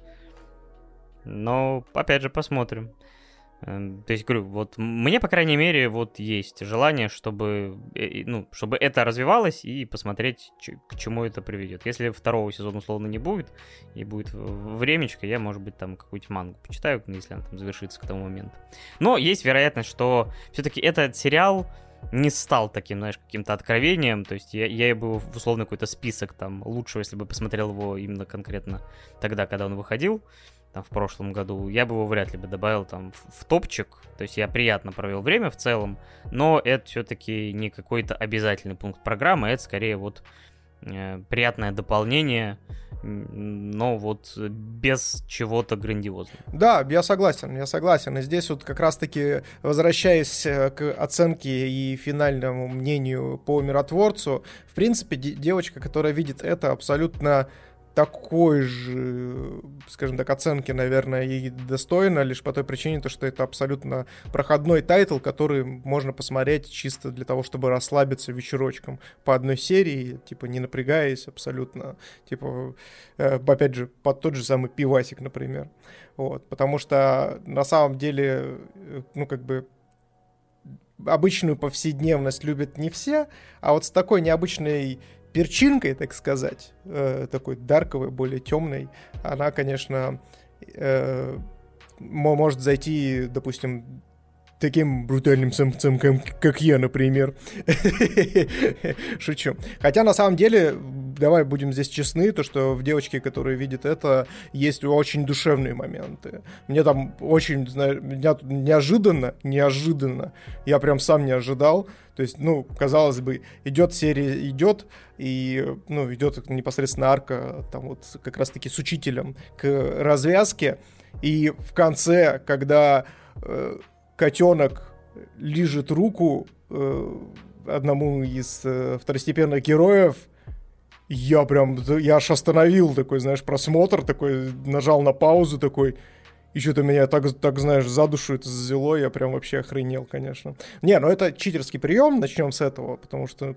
Но, опять же, посмотрим. То есть, говорю, вот мне, по крайней мере, вот есть желание, чтобы это развивалось, и посмотреть, к чему это приведет. Если второго сезона, условно, не будет, и будет времечко, я, может быть, там какую-нибудь мангу почитаю, если она там завершится к тому моменту. Но есть вероятность, что все-таки этот сериал не стал таким, знаешь, каким-то откровением. То есть я бы в условно какой-то список там лучшего, если бы посмотрел его именно конкретно тогда, когда он выходил, там, в прошлом году, я бы его вряд ли бы добавил там в топчик. То есть я приятно провел время в целом, но это все-таки не какой-то обязательный пункт программы, это скорее вот приятное дополнение, но вот без чего-то грандиозного. Да, я согласен. И здесь вот как раз-таки, возвращаясь к оценке и финальному мнению по миротворцу, в принципе, девочка, которая видит это, абсолютно такой же, скажем так, оценки, наверное, и достойно, лишь по той причине, что это абсолютно проходной тайтл, который можно посмотреть чисто для того, чтобы расслабиться вечерочком по одной серии, типа, не напрягаясь абсолютно, типа, опять же, под тот же самый пивасик, например. Вот, потому что на самом деле, обычную повседневность любят не все, а вот с такой необычной перчинкой, так сказать, такой дарковой, более темной, она, конечно, может зайти, допустим, таким брутальным самцам, как я, например. Шучу. Хотя, на самом деле, давай будем здесь честны, то, что в девочке, которая видит это, есть очень душевные моменты. Мне там очень, неожиданно, я прям сам не ожидал. То есть, казалось бы, серия идет, и, идет непосредственно арка, там вот как раз-таки с учителем к развязке, и в конце, когда котенок лижет руку одному из второстепенных героев, я аж остановил такой, просмотр, такой, нажал на паузу, такой, и что-то меня так, знаешь, за душу это взяло, я прям вообще охренел, конечно. Не, это читерский прием, начнем с этого, потому что,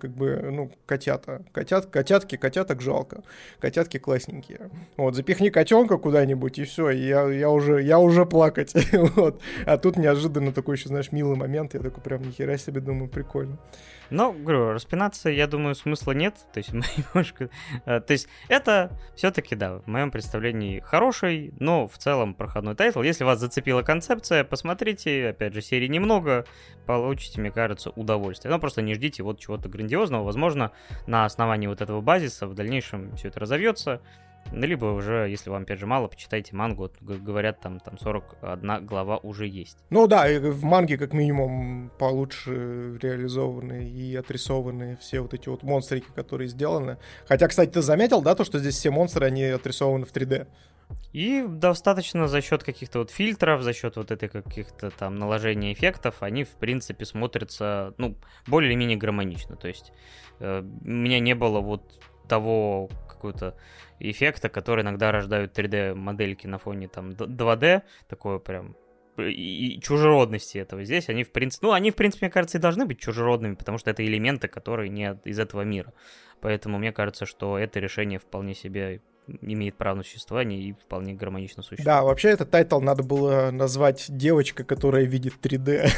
котяток жалко, котятки классненькие. Вот, запихни котенка куда-нибудь, и все, я уже плакать, вот. А тут неожиданно такой еще, милый момент, я такой прям нихера себе думаю, прикольно. Говорю, распинаться, я думаю, смысла нет, то есть немножко... То есть это все-таки, да, в моем представлении хороший, но в целом проходной тайтл. Если вас зацепила концепция, посмотрите, опять же, серии немного, получите, мне кажется, удовольствие. Но просто не ждите вот чего-то грандиозного, возможно, на основании вот этого базиса в дальнейшем все это разовьется, Либо уже, если вам, опять же, мало, почитайте мангу. Вот, говорят, там 41 глава уже есть. Ну да, и в манге как минимум получше реализованы и отрисованы все вот эти вот монстрики, которые сделаны. Хотя, кстати, ты заметил, да, то, что здесь все монстры, они отрисованы в 3D? И достаточно за счет каких-то вот фильтров, за счет вот этой каких-то там наложения эффектов, они, в принципе, смотрятся, ну, более или менее гармонично. То есть у меня не было вот того какого-то эффекта, который иногда рождают 3D-модельки на фоне там 2D, такое прям и чужеродности этого. Здесь они, в принципе, мне кажется, и должны быть чужеродными, потому что это элементы, которые не из этого мира. Поэтому мне кажется, что это решение вполне себе имеет право на существование и вполне гармонично существует. Да, вообще этот тайтл надо было назвать «Девочка, которая видит 3D».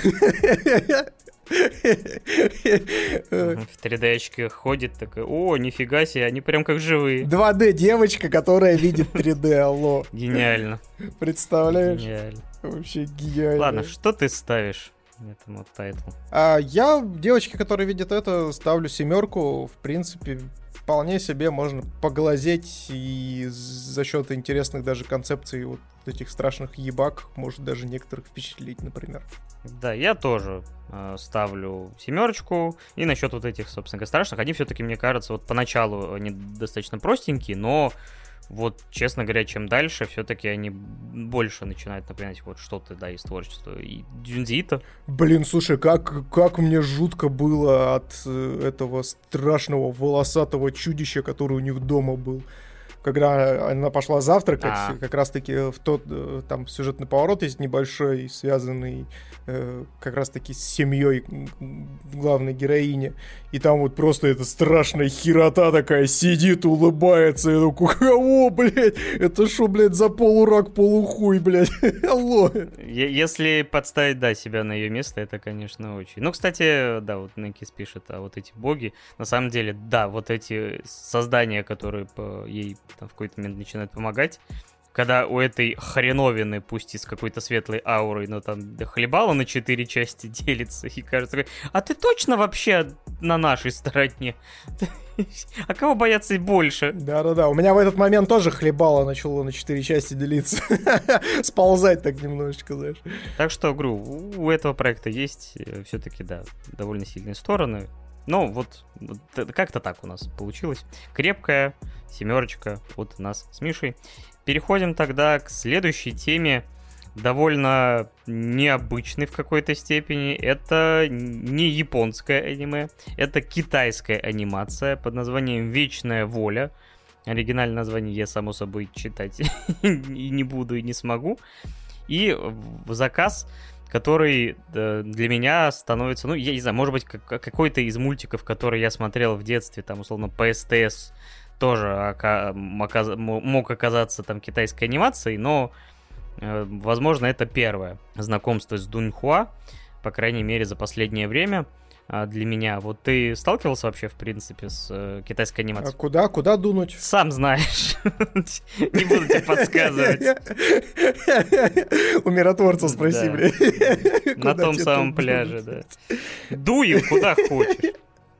В 3D-очке ходит, такая, о, нифига себе, они прям как живые. 2D девочка, которая видит 3D, алло. Гениально. Представляешь? Гениально. Вообще гениально. Ладно, что ты ставишь этому тайтлу? Я девочке, которая видит это, ставлю 7. В принципе, вполне себе можно поглазеть, и за счет интересных даже концепций вот этих страшных ебак может даже некоторых впечатлить, например. Да, я тоже ставлю 7. И насчет вот этих, собственно говоря, страшных, они все-таки, мне кажется, вот поначалу они достаточно простенькие, но вот, честно говоря, чем дальше, все-таки они больше начинают напоминать вот что-то, да, из творчества. И Дзюнзиито. Блин, слушай, как мне жутко было от этого страшного волосатого чудища, который у них дома был. Когда она пошла завтракать, как раз-таки в тот там сюжетный поворот есть небольшой, связанный как раз-таки с семьей главной героини. И там вот просто эта страшная херота такая сидит, улыбается. И такой, кого, блядь? Это шо, блядь, за полурак, полухуй, блядь? Алло. Если подставить, да, себя на ее место, это, конечно, очень. Ну, кстати, да, вот Некис пишет, а вот эти боги, на самом деле, да, вот эти создания, которые ей там в какой-то момент начинают помогать, когда у этой хреновины, пусть и с какой-то светлой аурой, но там хлебало на 4 части делится, и кажется, а ты точно вообще на нашей стороне? А кого бояться больше? Да-да-да, у меня в этот момент тоже хлебало начало на 4 части делиться. Сползать так немножечко, знаешь. Так что, говорю, у этого проекта есть все-таки, да, довольно сильные стороны. Ну, вот как-то так у нас получилось. Крепкая 7 от нас с Мишей. Переходим тогда к следующей теме, довольно необычной в какой-то степени. Это не японское аниме, это китайская анимация под названием «Вечная воля». Оригинальное название я, само собой, читать и не буду, и не смогу. И заказ, который для меня становится, ну, я не знаю, может быть, какой-то из мультиков, который я смотрел в детстве, там, условно, по СТС, тоже мог оказаться там китайской анимацией, но, возможно, это первое знакомство с Дуньхуа, по крайней мере, за последнее время для меня. Вот ты сталкивался вообще, в принципе, с китайской анимацией? А куда дунуть? Сам знаешь. Не буду тебе подсказывать. У миротворца спроси, блядь. На том самом пляже, да. Дуй куда хочешь.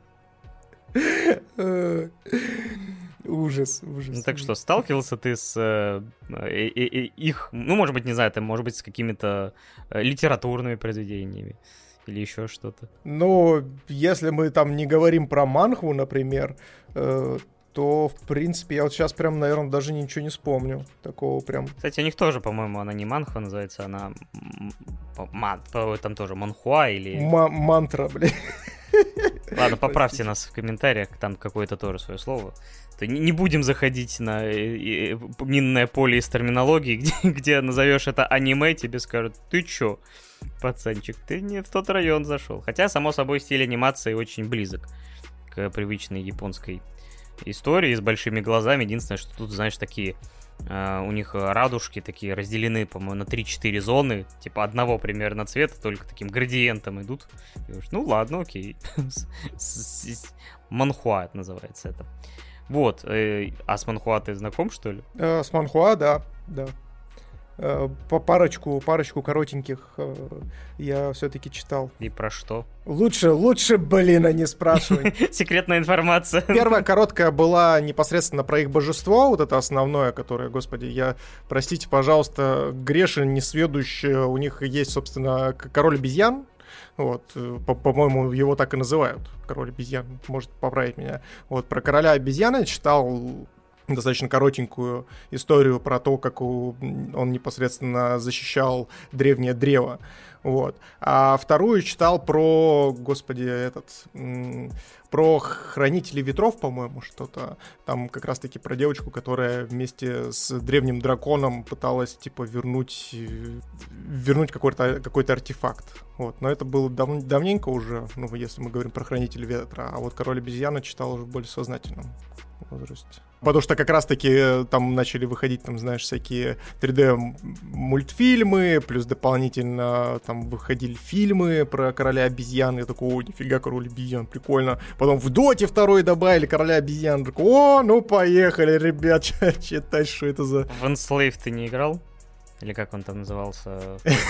Ужас. Ну так что, сталкивался ты с их, ну, может быть, не знаю, там, может быть, с какими-то литературными произведениями или еще что-то? Ну, если мы там не говорим про манхву, например, то, в принципе, я вот сейчас прям, наверное, даже ничего не вспомню. Такого прям... Кстати, у них тоже, по-моему, она не манхва называется, она... Там тоже манхуа или... Мантра, блин. Ладно, поправьте нас в комментариях, там какое-то тоже свое слово. То не будем заходить на минное поле из терминологии, где назовешь это аниме, тебе скажут, ты чё, пацанчик, ты не в тот район зашел. Хотя, само собой, стиль анимации очень близок к привычной японской истории с большими глазами. Единственное, что тут, знаешь, такие... у них радужки такие разделены, по-моему, на 3-4 зоны, типа одного примерно цвета, только таким градиентом идут. И говоришь, ну ладно, окей. Манхуа это называется это. Вот. А с манхуа ты знаком, что ли? С манхуа, да. по парочку коротеньких я все-таки читал. И про что? Лучше, блин, не спрашивай. Секретная информация. Первая короткая была непосредственно про их божество, вот это основное, которое, господи, простите, пожалуйста, грешен, несведущий, у них есть, собственно, король обезьян. Вот, по-моему, его так и называют, король обезьян, может поправить меня. Вот, про короля обезьян я читал достаточно коротенькую историю про то, как он непосредственно защищал древнее древо. Вот. А вторую читал про, про хранителей ветров, по-моему, что-то. Там как раз-таки про девочку, которая вместе с древним драконом пыталась, типа, вернуть какой-то артефакт. Вот. Но это было давненько уже, ну, если мы говорим про хранителей ветра. А вот король обезьяна читал уже в более сознательном возрасте. Потому что как раз-таки там начали выходить, там, знаешь, всякие 3D-мультфильмы, плюс дополнительно там выходили фильмы про короля обезьян. Я такой, о, нифига, король обезьян, прикольно. Потом в Доте 2 добавили короля обезьян. Такой, о, ну поехали, ребят, читать, что это за... В Enslaved ты не играл? Или как он там назывался?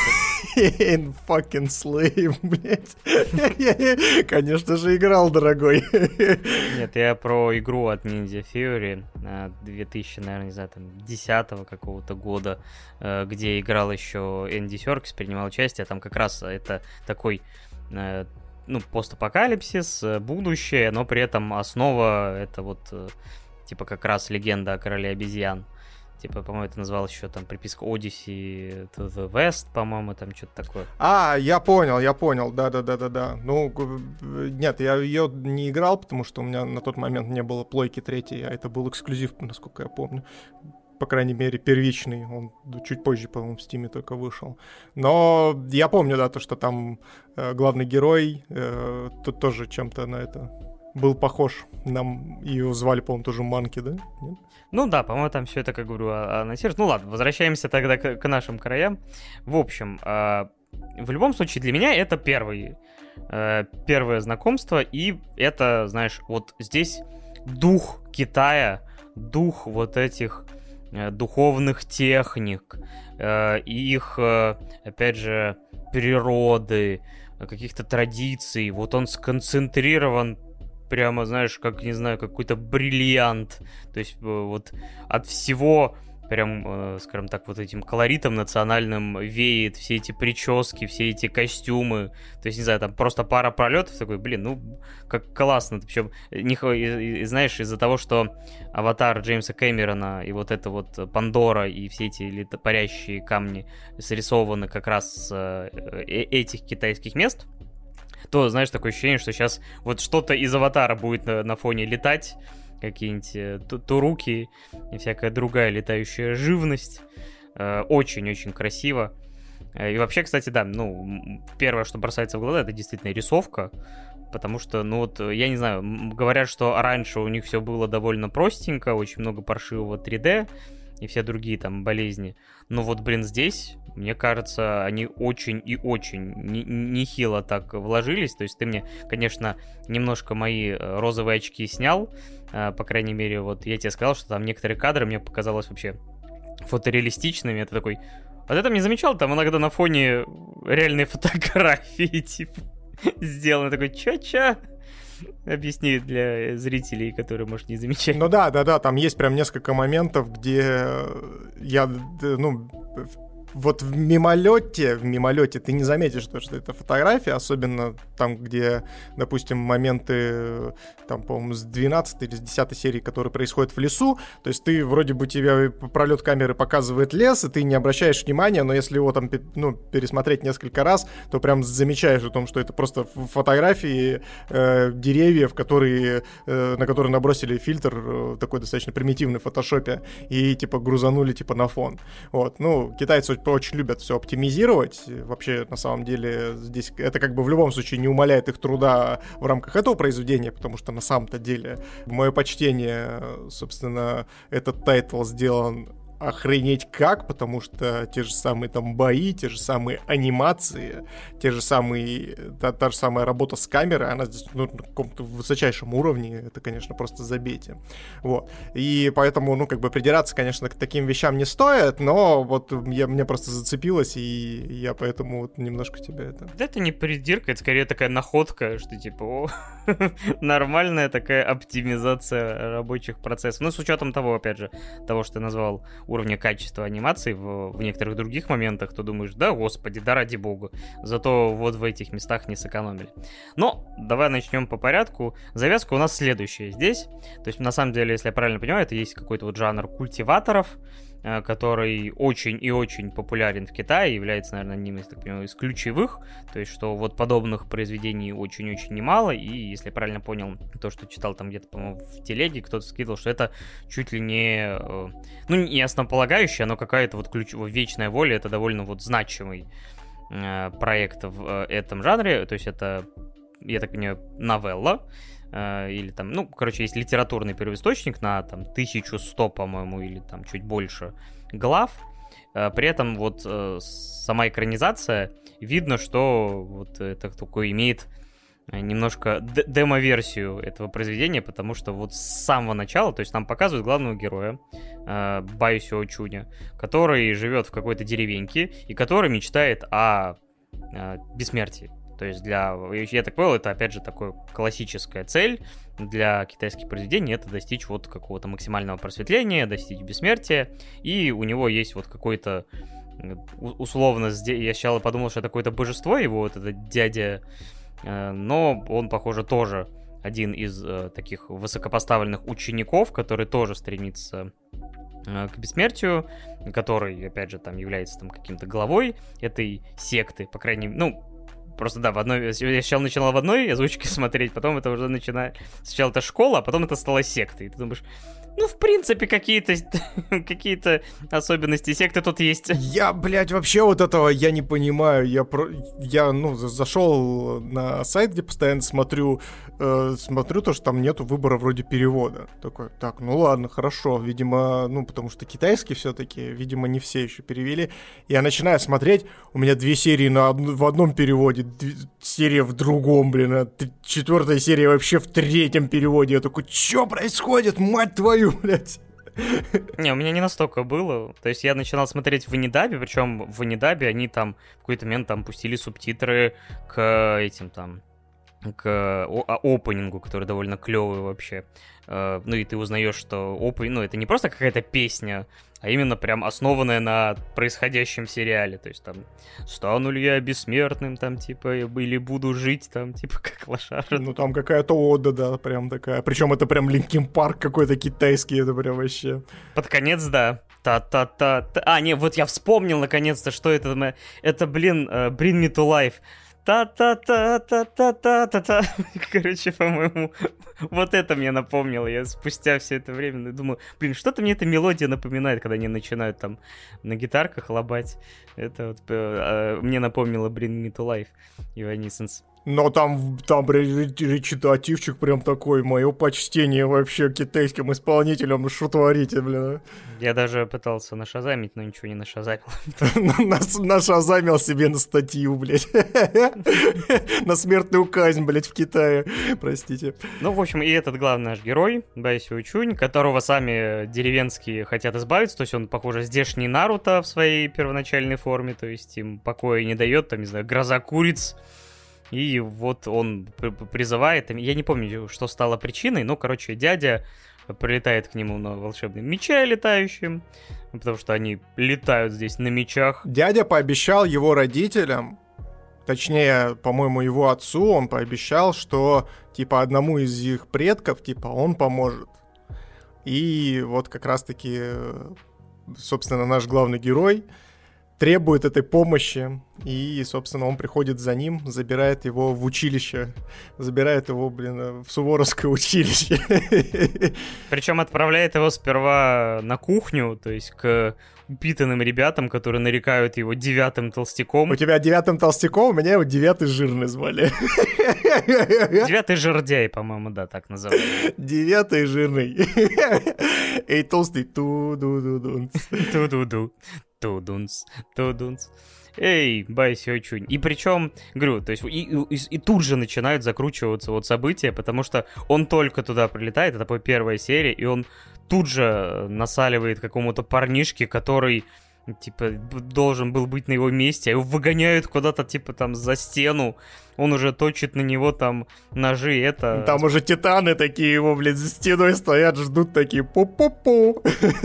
In fucking slave, блядь. Конечно же, играл, дорогой. Нет, я про игру от Ninja Theory 2000, наверное, не знаю, там, 10-го какого-то года, где играл еще Энди Серкис, принимал участие. Там как раз это такой, ну, постапокалипсис, будущее, но при этом основа это вот, типа, как раз легенда о короле обезьян. Типа, по-моему, это называлось еще там приписка Odyssey to the West, по-моему, там что-то такое. Я понял, да. Ну, нет, я ее не играл, потому что у меня на тот момент не было плойки 3, а это был эксклюзив, насколько я помню. По крайней мере, первичный, он чуть позже, по-моему, в Steam только вышел. Но я помню, да, то, что там главный герой тут тоже чем-то на это был похож. Нам ее звали, по-моему, тоже Манки, да? Нет? Ну да, по-моему, там все это, как говорю, анонсируется. Ну ладно, возвращаемся тогда к нашим краям. В общем, в любом случае, для меня это первое знакомство, и это, знаешь, вот здесь дух Китая, дух вот этих духовных техник, их, опять же, природы, каких-то традиций, вот он сконцентрирован прямо, знаешь, как, не знаю, какой-то бриллиант. То есть вот от всего прям, скажем так, вот этим колоритом национальным веет все эти прически, все эти костюмы. То есть, не знаю, там просто пара пролетов, такой, блин, ну, как классно. Причем, знаешь, из-за того, что аватар Джеймса Кэмерона и вот это вот Пандора и все эти парящие камни срисованы как раз с этих китайских мест, то, знаешь, такое ощущение, что сейчас вот что-то из аватара будет на фоне летать, какие-нибудь туруки и всякая другая летающая живность. Очень-очень красиво. И вообще, кстати, да, ну, первое, что бросается в глаза, это действительно рисовка, потому что, ну вот, я не знаю, говорят, что раньше у них все было довольно простенько, очень много паршивого 3D и все другие там болезни. Но вот, блин, здесь, мне кажется, они очень и очень нехило так вложились. То есть ты мне, конечно, немножко мои розовые очки снял. По крайней мере, вот я тебе сказал, что там некоторые кадры мне показалось вообще фотореалистичными. Это такой... А ты там не замечал? Там иногда на фоне реальной фотографии, типа, сделаны. Такой, ча-ча. Объясни для зрителей, которые, может, не замечают. Ну да, там есть прям несколько моментов, где я, ну, вот в мимолете ты не заметишь, что это фотография, особенно там, где, допустим, моменты, там, по-моему, с 12 или с 10 серии, которые происходят в лесу, то есть ты, вроде бы, тебе пролет камеры показывает лес, и ты не обращаешь внимания, но если его там, ну, пересмотреть несколько раз, то прям замечаешь о том, что это просто фотографии деревьев, на которые набросили фильтр, такой достаточно примитивный в фотошопе, и, типа, грузанули, типа, на фон. Вот, ну, китайцы очень любят все оптимизировать. Вообще, на самом деле, здесь это как бы в любом случае не умаляет их труда в рамках этого произведения, потому что на самом-то деле, мое почтение, собственно, этот тайтл сделан охренеть как, потому что те же самые там бои, те же самые анимации, те же самые, та же самая работа с камерой, она здесь на каком-то высочайшем уровне, это, конечно, просто забейте. Вот. И поэтому, придираться, конечно, к таким вещам не стоит, но вот мне просто зацепилось, и я поэтому вот немножко тебя это... Это не придирка, это скорее такая находка, что типа, нормальная такая оптимизация рабочих процессов. Ну, с учетом того, опять же, того, что ты назвал уровня качества анимации в некоторых других моментах, то думаешь, да, господи, да ради бога. Зато вот в этих местах не сэкономили. Но давай начнем по порядку. Завязка у нас следующая здесь. То есть, на самом деле, если я правильно понимаю, это есть какой-то вот жанр культиваторов, который очень и очень популярен в Китае, является, наверное, одним из, так понимаю, из ключевых, то есть, что вот подобных произведений очень-очень немало, и, если я правильно понял, то, что читал там где-то, по-моему, в телеге, кто-то скидывал, что это чуть ли не, не основополагающая, но какая-то вот вечная воля, это довольно вот значимый проект в этом жанре, то есть, это, я так понимаю, новелла, или там, есть литературный первоисточник на там 1100, по-моему, или там чуть больше глав. При этом вот сама экранизация, видно, что вот это такое имеет немножко демо-версию этого произведения, потому что вот с самого начала, то есть нам показывают главного героя Бай Сюо Чуня, который живет в какой-то деревеньке и который мечтает о бессмертии. То есть я так понял, это опять же такая классическая цель для китайских произведений, это достичь вот какого-то максимального просветления, достичь бессмертия, и у него есть вот какой-то условно, я сначала подумал, что это какое-то божество его, вот этот дядя, но он, похоже, тоже один из таких высокопоставленных учеников, который тоже стремится к бессмертию, который, опять же, там является там каким-то главой этой секты, по крайней мере, просто, да, я сначала начинал в одной озвучке смотреть, потом это уже начинает... Сначала это школа, а потом это стало сектой. И ты думаешь, в принципе, какие-то особенности секты тут есть. Я, вообще вот этого я не понимаю. Я зашел на сайт, где постоянно смотрю то, что там нету выбора вроде перевода. Такой, так, ладно, хорошо. Видимо, потому что китайский все-таки, видимо, не все еще перевели. Я начинаю смотреть, у меня 2 серии в одном переводе, серия в другом, а 4-я серия вообще в 3-м переводе. Я такой, что происходит, мать твою, блядь? Не, у меня не настолько было. То есть я начинал смотреть в Анидабе, причем в Анидабе они там в какой-то момент там пустили субтитры к этим там к опенингу, который довольно клевый вообще. И ты узнаешь, что это не просто какая-то песня, а именно прям основанная на происходящем сериале. То есть там «Стану ли я бессмертным?» там типа или «Буду жить?» там типа как лошара. Там какая-то ода, да, прям такая. Причем это прям Линкин Парк какой-то китайский, это прям вообще. Под конец, да. Та-та-та-та. Вот я вспомнил наконец-то, что это. Это, Bring Me to Life. Та-та-та-та-та-та-та-та. Короче, по-моему, вот это мне напомнило. Я спустя все это время думаю, что-то мне эта мелодия напоминает, когда они начинают там на гитарках лобать. Это вот мне напомнило Bring Me to Life Evanescence. Но там речитативчик прям такой, мое почтение вообще китайским исполнителям, что творите, блин. Я даже пытался нашазамить, но ничего не нашазамил. Нашазамил себе на статью, блядь. На смертную казнь, блядь, в Китае. Простите. В общем, и этот главный наш герой, Бай Сюо Чунь, которого сами деревенские хотят избавиться, то есть он, похоже, здешний Наруто в своей первоначальной форме, то есть им покоя не дает, там, не знаю, гроза куриц. И вот он призывает, я не помню, что стало причиной, но, дядя прилетает к нему на волшебном мече летающем, потому что они летают здесь на мечах. Дядя пообещал его родителям, точнее, по-моему, его отцу, он пообещал, что, одному из их предков, он поможет. И вот как раз-таки, собственно, наш главный герой требует этой помощи, и, собственно, он приходит за ним, забирает его в училище, забирает его, в Суворовское училище. Причем отправляет его сперва на кухню, то есть к упитанным ребятам, которые нарекают его 9-м толстяком. У тебя 9-м толстяком, меня его 9-й жирный звали. 9-й жердяй, по-моему, да, так называют. 9-й жирный. Эй, толстый, ту-ду-ду-дунц. Ту-ду-ду. Тудунс. Эй, Бай Сюэчунь. И причем, говорю, то есть и тут же начинают закручиваться вот события, потому что он только туда прилетает, это по первой серии, и он тут же насаливает какому-то парнишке, который, типа, должен был быть на его месте, а его выгоняют куда-то, типа, там, за стену, он уже точит на него там ножи, это... Там уже титаны такие его, за стеной стоят, ждут такие пу-пу-пу.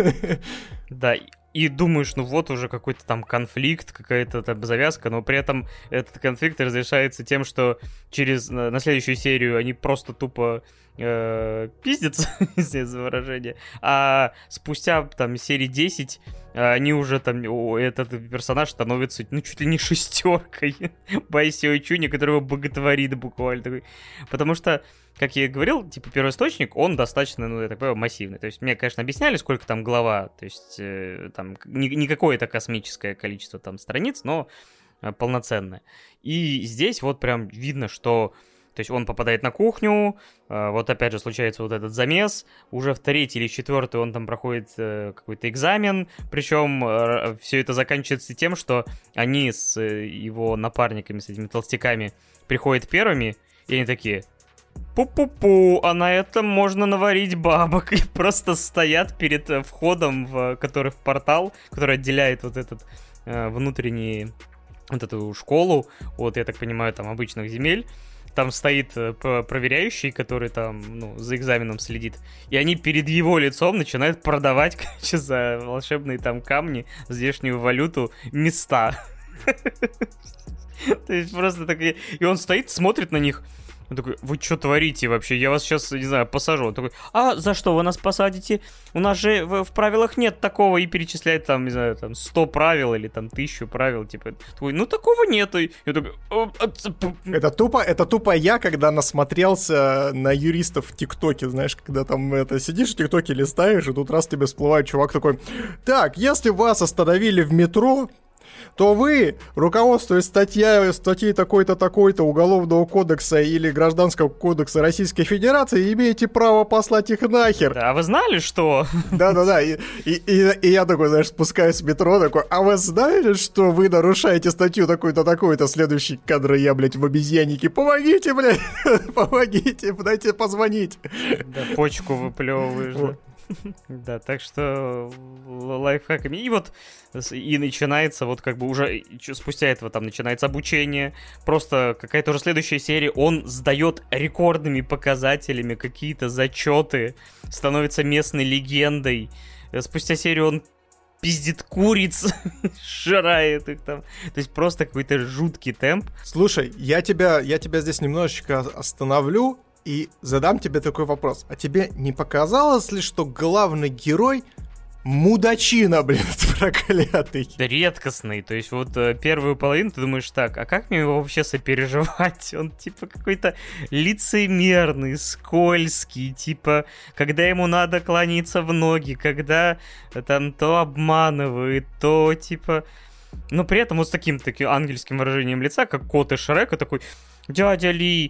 Да, и думаешь, ну вот уже какой-то там конфликт, какая-то там завязка, но при этом этот конфликт разрешается тем, что на следующую серию они просто тупо пиздятся, извините за выражение, а спустя там серии 10 они уже там, этот персонаж становится, ну, чуть ли не шестеркой Бай Сюэчуня, которого боготворит буквально такой. Потому что, как я и говорил, типа, первоисточник, он достаточно, ну, я так понимаю, массивный. То есть мне, конечно, объясняли, сколько там глава, то есть там не какое-то космическое количество там страниц, но полноценное. И здесь вот прям видно, что... То есть он попадает на кухню, вот опять же случается вот этот замес, уже в 3-й или 4-й он там проходит какой-то экзамен, причем все это заканчивается тем, что они с его напарниками, с этими толстяками приходят первыми, и они такие: пу-пу-пу, а на этом можно наварить бабок, и просто стоят перед входом, который в портал, который отделяет вот этот внутренний, вот эту школу от, я так понимаю, там обычных земель. Там стоит проверяющий, который там, ну, за экзаменом следит. И они перед его лицом начинают продавать, короче, за волшебные там камни, здешнюю валюту, места. То есть просто такие... И он стоит, смотрит на них. Он такой: вы что творите вообще? Я вас сейчас, не знаю, посажу. Он такой: а за что вы нас посадите? У нас же в правилах нет такого. И перечисляет там, не знаю, там 100 правил или там 1000 правил. Типа, такой: ну такого нету. Я такой... Это тупо я, когда насмотрелся на юристов в ТикТоке, знаешь, когда там сидишь в ТикТоке, листаешь, и тут раз тебе всплывает чувак такой: так, если вас остановили в метро, то вы, руководствуясь статьей такой-то, такой-то Уголовного кодекса или Гражданского кодекса Российской Федерации, имеете право послать их нахер. Да, а вы знали, что... Да-да-да, и я такой, знаешь, спускаюсь в метро, такой: а вы знали, что вы нарушаете статью такой-то, такой-то? Следующий кадр, я, блядь, в обезьяннике: помогите, блядь, помогите, дайте позвонить. Да, почку выплевываешь, да. Да, так что лайфхаками. И вот и начинается вот как бы уже спустя этого там начинается обучение. Просто какая-то уже следующая серия. Он сдает рекордными показателями какие-то зачеты, становится местной легендой. Спустя серию он пиздит куриц, жрает их там. То есть просто какой-то жуткий темп. Слушай, я тебя здесь немножечко остановлю и задам тебе такой вопрос. А тебе не показалось ли, что главный герой мудачина, блин, проклятый? Да, редкостный. То есть вот первую половину ты думаешь: так, а как мне его вообще сопереживать? Он типа какой-то лицемерный, скользкий, типа, когда ему надо кланяться в ноги, когда там то обманывает, то типа... Но при этом вот с таким ангельским выражением лица, как кот из Шрека, такой: дядя Ли,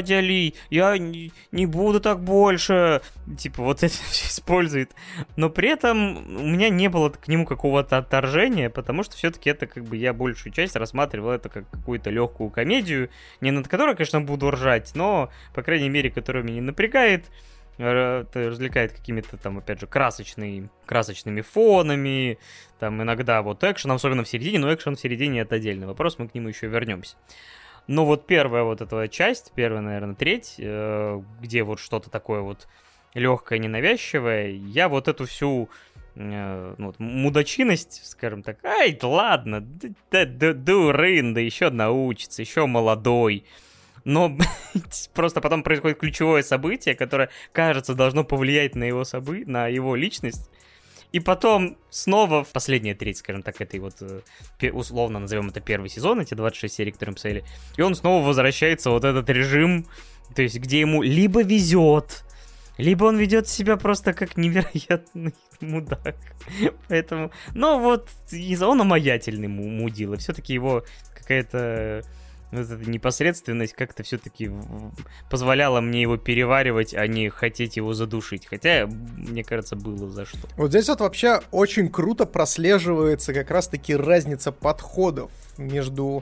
я не буду так больше. Типа вот это все использует. Но при этом у меня не было к нему какого-то отторжения, потому что все-таки это как бы я большую часть рассматривал это как какую-то легкую комедию, не над которой, конечно, буду ржать, но, по крайней мере, которая меня не напрягает, развлекает какими-то там, опять же, красочными фонами, там иногда вот экшен, особенно в середине, но экшен в середине — это отдельный вопрос, мы к нему еще вернемся. Но вот первая вот эта часть, первая, наверное, треть, где вот что-то такое вот легкое, ненавязчивое, я вот эту всю мудачинность, скажем так: ай, ладно, дурын, да еще научится, еще молодой. Но просто потом происходит ключевое событие, которое, кажется, должно повлиять на его личность. И потом снова в последняя треть, скажем так, этой вот, условно назовем это первый сезон, эти 26 серий, которые мы посмотрели, и он снова возвращается в вот этот режим, то есть где ему либо везет, либо он ведет себя просто как невероятный мудак. Поэтому, ну вот, он обаятельный мудила, все-таки его какая-то... Вот эта непосредственность как-то все-таки позволяла мне его переваривать, а не хотеть его задушить. Хотя, мне кажется, было за что. Вот здесь вот вообще очень круто прослеживается как раз-таки разница подходов между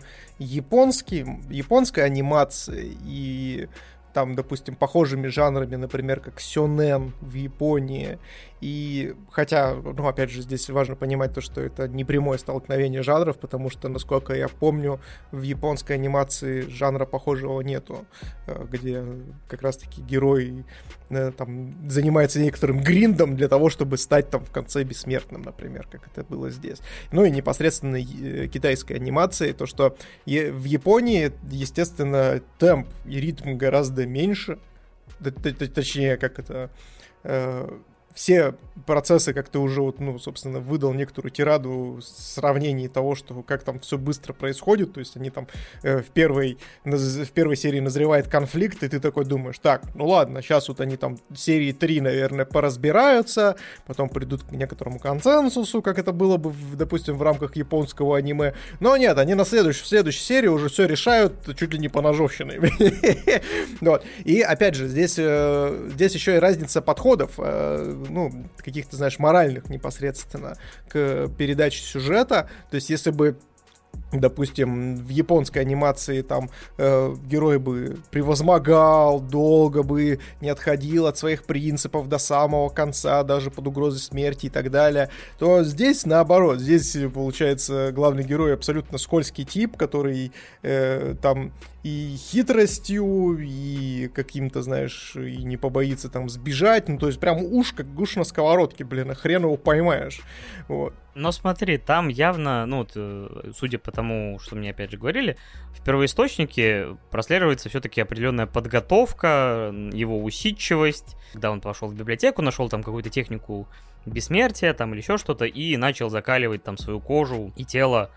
японской анимацией и там, допустим, похожими жанрами, например, как сёнэн в Японии. И хотя, ну, опять же, здесь важно понимать то, что это не прямое столкновение жанров, потому что, насколько я помню, в японской анимации жанра похожего нету, где как раз-таки герой там занимается некоторым гриндом для того, чтобы стать там в конце бессмертным, например, как это было здесь. Ну и непосредственно китайской анимации, то, что в Японии, естественно, темп и ритм гораздо меньше, точнее, как это... все процессы, как ты уже, вот, ну, собственно, выдал некоторую тираду сравнений того, что как там все быстро происходит, то есть они там в первой серии назревает конфликт, и ты такой думаешь, так, ну ладно, сейчас вот они там серии 3, наверное, поразбираются, потом придут к некоторому консенсусу, как это было бы, допустим, в рамках японского аниме, но нет, они в следующей серии уже все решают чуть ли не по ножовщине. И опять же, здесь еще и разница подходов, ну, каких-то, знаешь, моральных непосредственно к передаче сюжета. То есть, если бы, допустим, в японской анимации там герой бы превозмогал, долго бы не отходил от своих принципов до самого конца, даже под угрозой смерти и так далее, то здесь наоборот. Здесь, получается, главный герой абсолютно скользкий тип, который там и хитростью, и каким-то, знаешь, и не побоится там сбежать. Ну, то есть прям уж как уж на сковородке, блин, а хрен его поймаешь. Вот. Но смотри, там явно, ну, судя по тому, что мне опять же говорили, в первоисточнике прослеживается все-таки определенная подготовка, его усидчивость. Когда он пошел в библиотеку, нашел там какую-то технику бессмертия там или еще что-то, и начал закаливать там свою кожу и тело.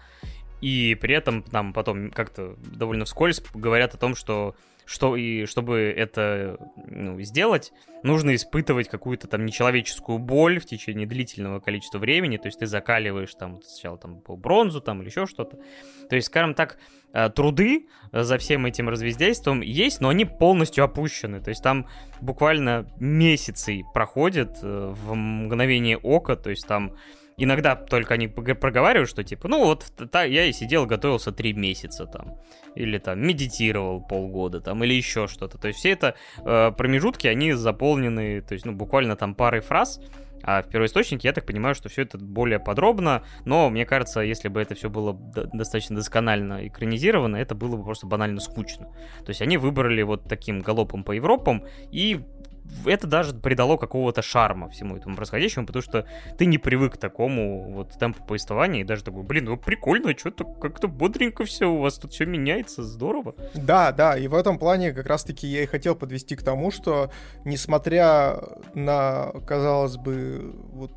И при этом там потом как-то довольно вскользь говорят о том, что чтобы это сделать, нужно испытывать какую-то там нечеловеческую боль в течение длительного количества времени. То есть ты закаливаешь там сначала там бронзу там или еще что-то. То есть, скажем так, труды за всем этим развездейством есть, но они полностью опущены. То есть там буквально месяцы проходят в мгновение ока. То есть там иногда только они проговаривают, что типа, ну вот я и сидел, готовился 3 месяца там, или там медитировал полгода там, или еще что-то. То есть все это промежутки, они заполнены, то есть, ну, буквально там парой фраз, а в первоисточнике, я так понимаю, что все это более подробно, но мне кажется, если бы это все было достаточно досконально экранизировано, это было бы просто банально скучно. То есть они выбрали вот таким галопом по Европам, и это даже придало какого-то шарма всему этому происходящему, потому что ты не привык к такому вот темпу повествования, и даже такой, блин, ну прикольно, что-то как-то бодренько все, у вас тут все меняется, здорово. Да, и в этом плане как раз-таки я и хотел подвести к тому, что несмотря на, казалось бы, вот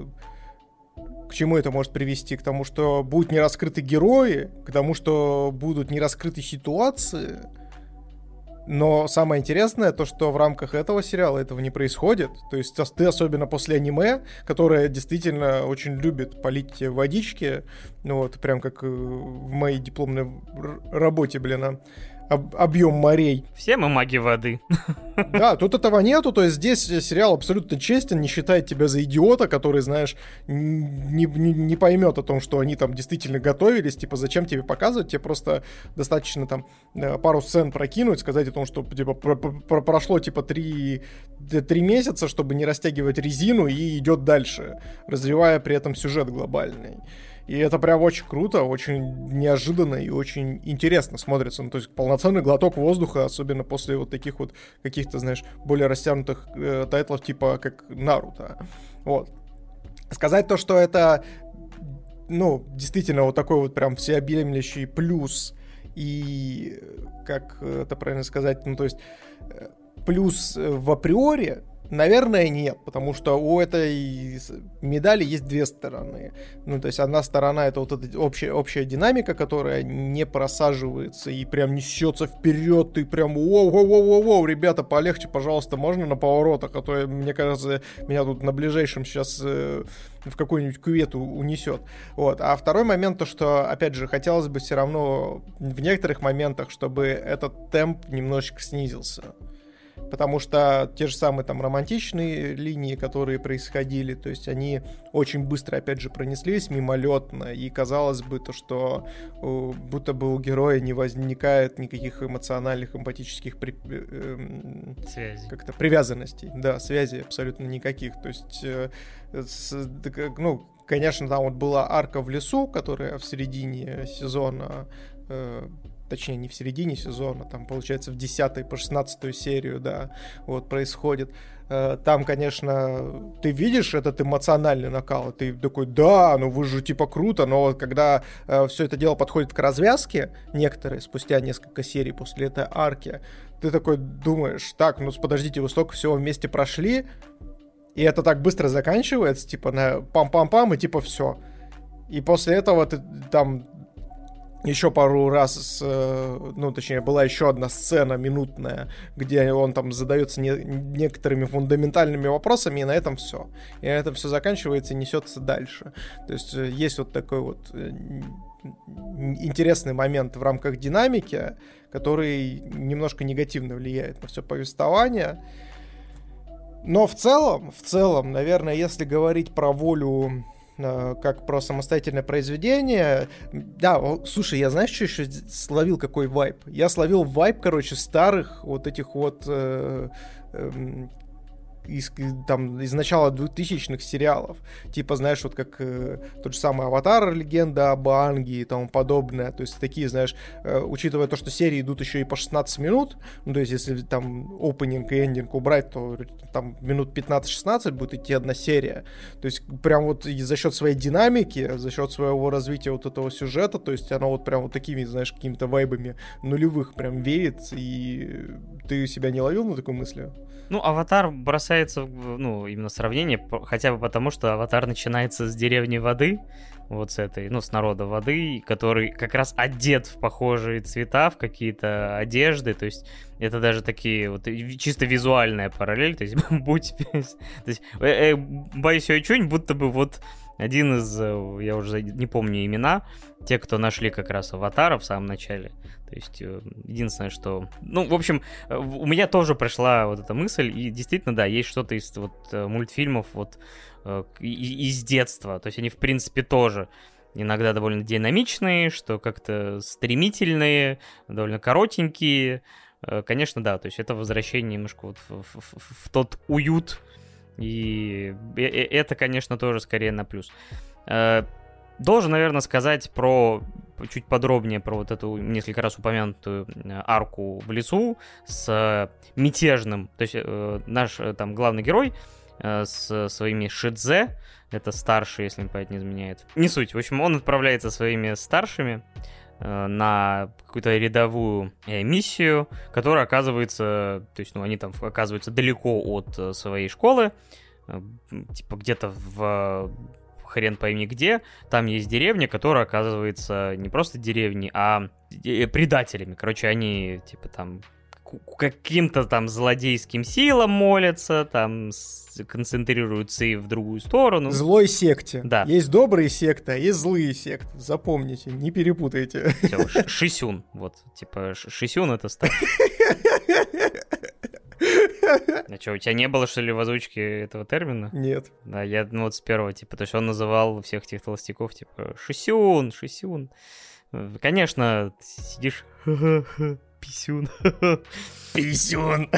к чему это может привести? К тому, что будут не раскрыты герои, к тому, что будут не раскрыты ситуации. Но самое интересное, то, что в рамках этого сериала этого не происходит. То есть ты, особенно после аниме, которое действительно очень любит полить водички, ну вот, прям как в моей дипломной работе, блин, объем морей. Все мы маги воды. Да, тут этого нету, то есть здесь сериал абсолютно честен, не считает тебя за идиота, который, знаешь, не поймет о том, что они там действительно готовились, типа, зачем тебе показывать, тебе просто достаточно там пару сцен прокинуть, сказать о том, что типа прошло типа 3 месяца, чтобы не растягивать резину, и идет дальше, развивая при этом сюжет глобальный. И это прям очень круто, очень неожиданно и очень интересно смотрится. Ну, то есть полноценный глоток воздуха, особенно после вот таких вот каких-то, знаешь, более растянутых тайтлов, типа как Наруто. Вот. Сказать то, что это, ну, действительно вот такой вот прям всеобъемлющий плюс, и, как это правильно сказать, ну, то есть плюс в априори, Наверное, нет, потому что у этой медали есть две стороны. Ну, то есть одна сторона — это вот эта общая динамика, которая не просаживается и прям несется вперед, и прям воу-воу-воу-воу, ребята, полегче, пожалуйста, можно на поворотах, а то, мне кажется, меня тут на ближайшем сейчас в какую-нибудь кювету унесет. Вот. А второй момент, то, что, опять же, хотелось бы все равно в некоторых моментах, чтобы этот темп немножечко снизился. Потому что те же самые там романтичные линии, которые происходили, то есть они очень быстро, опять же, пронеслись мимолетно, и казалось бы, то, что будто бы у героя не возникает никаких эмоциональных, эмпатических как-то привязанностей. Да, связей абсолютно никаких. То есть, конечно, там вот была арка в лесу, которая в середине сезона... точнее, не в середине сезона, там, получается, в 10 по 16 серию, да, вот, происходит. Там, конечно, ты видишь этот эмоциональный накал, ты такой, да, ну вы же, типа, круто, но вот когда все это дело подходит к развязке, некоторые, спустя несколько серий после этой арки, ты такой думаешь, так, ну, подождите, вы столько всего вместе прошли, и это так быстро заканчивается, типа, на пам-пам-пам, и типа, все. И после этого ты там... Еще пару раз, точнее, была еще одна сцена минутная, где он там задается некоторыми фундаментальными вопросами, и на этом все. И на этом все заканчивается и несется дальше. То есть есть вот такой вот интересный момент в рамках динамики, который немножко негативно влияет на все повествование. Но в целом, наверное, если говорить про волю как про самостоятельное произведение. Да, слушай, я знаешь, что еще словил какой вайб? Я словил вайб, короче, старых вот этих вот из начала 2000-х сериалов. Типа, знаешь, вот как тот же самый «Аватар», «Легенда об Аанге» и тому подобное. То есть такие, знаешь, учитывая то, что серии идут еще и по 16 минут, ну, то есть если там опенинг и эндинг убрать, то там минут 15-16 будет идти одна серия. То есть прям вот за счет своей динамики, за счет своего развития вот этого сюжета, то есть оно вот прям вот такими, знаешь, какими-то вайбами нулевых прям веет, и ты себя не ловил на такой мысли? Ну, «Аватар» бросается, именно сравнение, хотя бы потому, что «Аватар» начинается с деревни воды, вот с этой, с народа воды, который как раз одет в похожие цвета, в какие-то одежды, то есть это даже такие вот чисто визуальная параллель, то есть Бай Сюэчунь будто бы вот один из, я уже не помню имена, те, кто нашли как раз «Аватара» в самом начале. То есть единственное, что... в общем, у меня тоже пришла вот эта мысль, и действительно, да, есть что-то из вот мультфильмов вот из детства. То есть они, в принципе, тоже иногда довольно динамичные, что как-то стремительные, довольно коротенькие. Конечно, да, то есть это возвращение немножко вот в тот уют, и это, конечно, тоже скорее на плюс. Должен, наверное, сказать чуть подробнее про вот эту несколько раз упомянутую арку в лесу с мятежным. То есть наш там главный герой с своими шидзе, это старший, если мне память не изменяет. Не суть. В общем, он отправляется своими старшими на какую-то рядовую миссию, которая оказывается, то есть, они там оказываются далеко от своей школы, типа где-то в хрен пойми где, там есть деревня, которая оказывается не просто деревней, а предателями. Короче, они типа там каким-то там злодейским силам молятся, там концентрируются и в другую сторону. Злой секте. Да. Есть добрые секты, а есть злые секты. Запомните, не перепутайте. Все, Шисюн. Вот, типа, Шисюн это стар. А что, у тебя не было, что ли, в озвучке этого термина? Нет. Да, я вот с первого, типа, то есть он называл всех этих толстяков, типа, Шисюн. Конечно, сидишь, писюн. Писюн.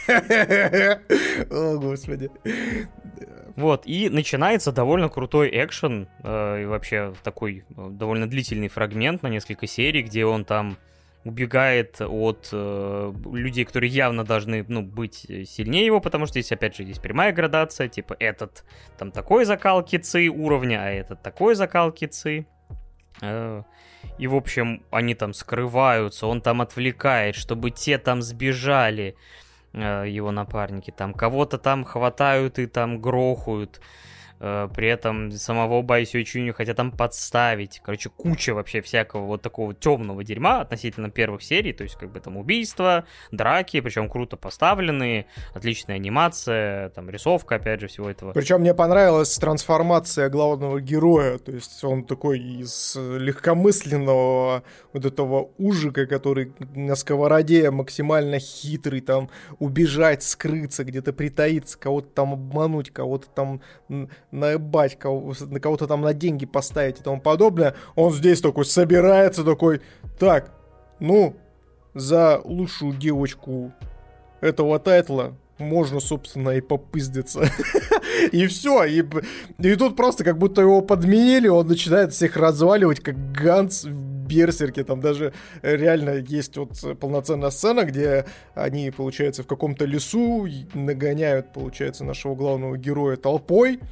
О, господи. Вот, и начинается довольно крутой экшен, и вообще такой довольно длительный фрагмент на несколько серий, где он там убегает от людей, которые явно должны, быть сильнее его, потому что здесь, опять же, есть прямая градация, типа, этот там такой закалки ци уровня, а этот такой закалки ци. И, в общем, они там скрываются, он там отвлекает, чтобы те там сбежали. его напарники. Там кого-то там хватают и там грохают. При этом самого Бай Сюэчуню хотят там подставить. Короче, куча вообще всякого вот такого темного дерьма относительно первых серий. То есть, как бы там убийства, драки, причем круто поставленные, отличная анимация, там рисовка, опять же, всего этого. Причем мне понравилась трансформация главного героя. То есть он такой из легкомысленного вот этого ужика, который на сковороде максимально хитрый, там убежать, скрыться, где-то притаиться, кого-то там обмануть, кого-то там наебать, на кого-то там на деньги поставить и тому подобное. Он здесь такой собирается, такой: так, ну, за лучшую девочку этого тайтла можно, собственно, и попиздиться. И все. И тут просто как будто его подменили, он начинает всех разваливать, как Ганс в Берсерке. Там даже реально есть вот полноценная сцена, где они, получается, в каком-то лесу нагоняют, получается, нашего главного героя толпой.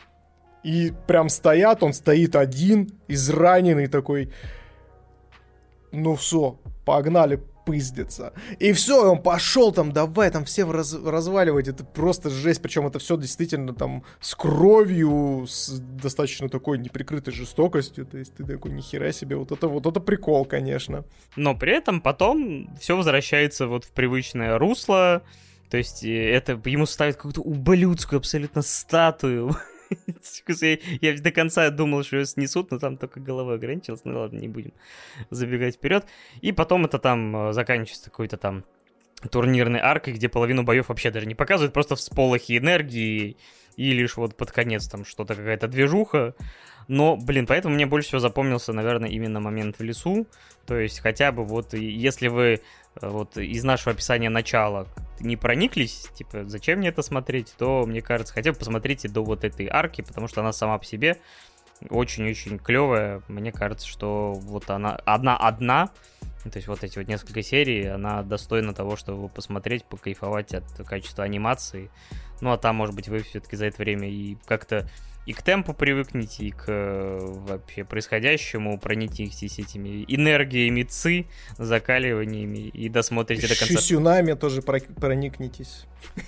И прям стоят, он стоит один, израненный такой: ну все, погнали пиздиться. И все, он пошел там, давай там всем разваливать. Это просто жесть. Причем это все действительно там с кровью, с достаточно такой неприкрытой жестокостью. То есть ты такой: нихера себе, вот это прикол, конечно. Но при этом потом все возвращается вот в привычное русло. То есть это ему ставят какую-то ублюдскую абсолютно статую. Я до конца думал, что ее снесут, но там только головой ограничилась. Ну ладно, не будем забегать вперед. И потом это там заканчивается какой-то там турнирной аркой, где половину боев вообще даже не показывают, просто всполохи энергии, и лишь вот под конец там что-то, какая-то движуха. Но, блин, поэтому мне больше всего запомнился, наверное, именно момент в лесу. То есть хотя бы вот, если вы вот из нашего описания начала не прониклись, типа, зачем мне это смотреть, то, мне кажется, хотя бы посмотрите до вот этой арки, потому что она сама по себе очень-очень клевая. Мне кажется, что вот она одна, то есть вот эти вот несколько серий, она достойна того, чтобы посмотреть, покайфовать от качества анимации. Ну, а там, может быть, вы все-таки за это время и как-то и к темпу привыкнете, и к вообще происходящему, проникнетесь этими энергиями ци, закаливаниями, и досмотрите до конца. Шисюнами тоже проникнетесь.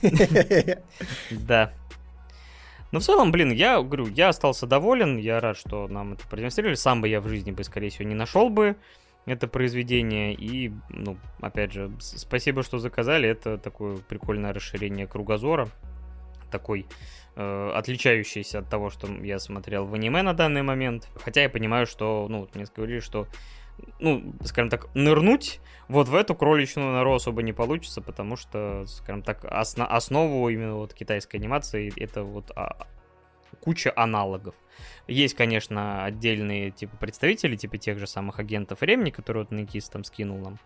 Да. Но в целом, блин, я говорю, я остался доволен, я рад, что нам это продемонстрировали. Сам бы я в жизни бы, скорее всего, не нашел бы это произведение. И, ну, опять же, спасибо, что заказали. Это такое прикольное расширение кругозора. Такой отличающийся от того, что я смотрел в аниме на данный момент. Хотя я понимаю, что, ну, мне сказали, что, ну, скажем так, нырнуть вот в эту кроличную нору особо не получится, потому что, скажем так, основу именно вот китайской анимации это вот куча аналогов. Есть, конечно, отдельные типа представители, типа тех же самых агентов времени, которые вот Никис там скинул нам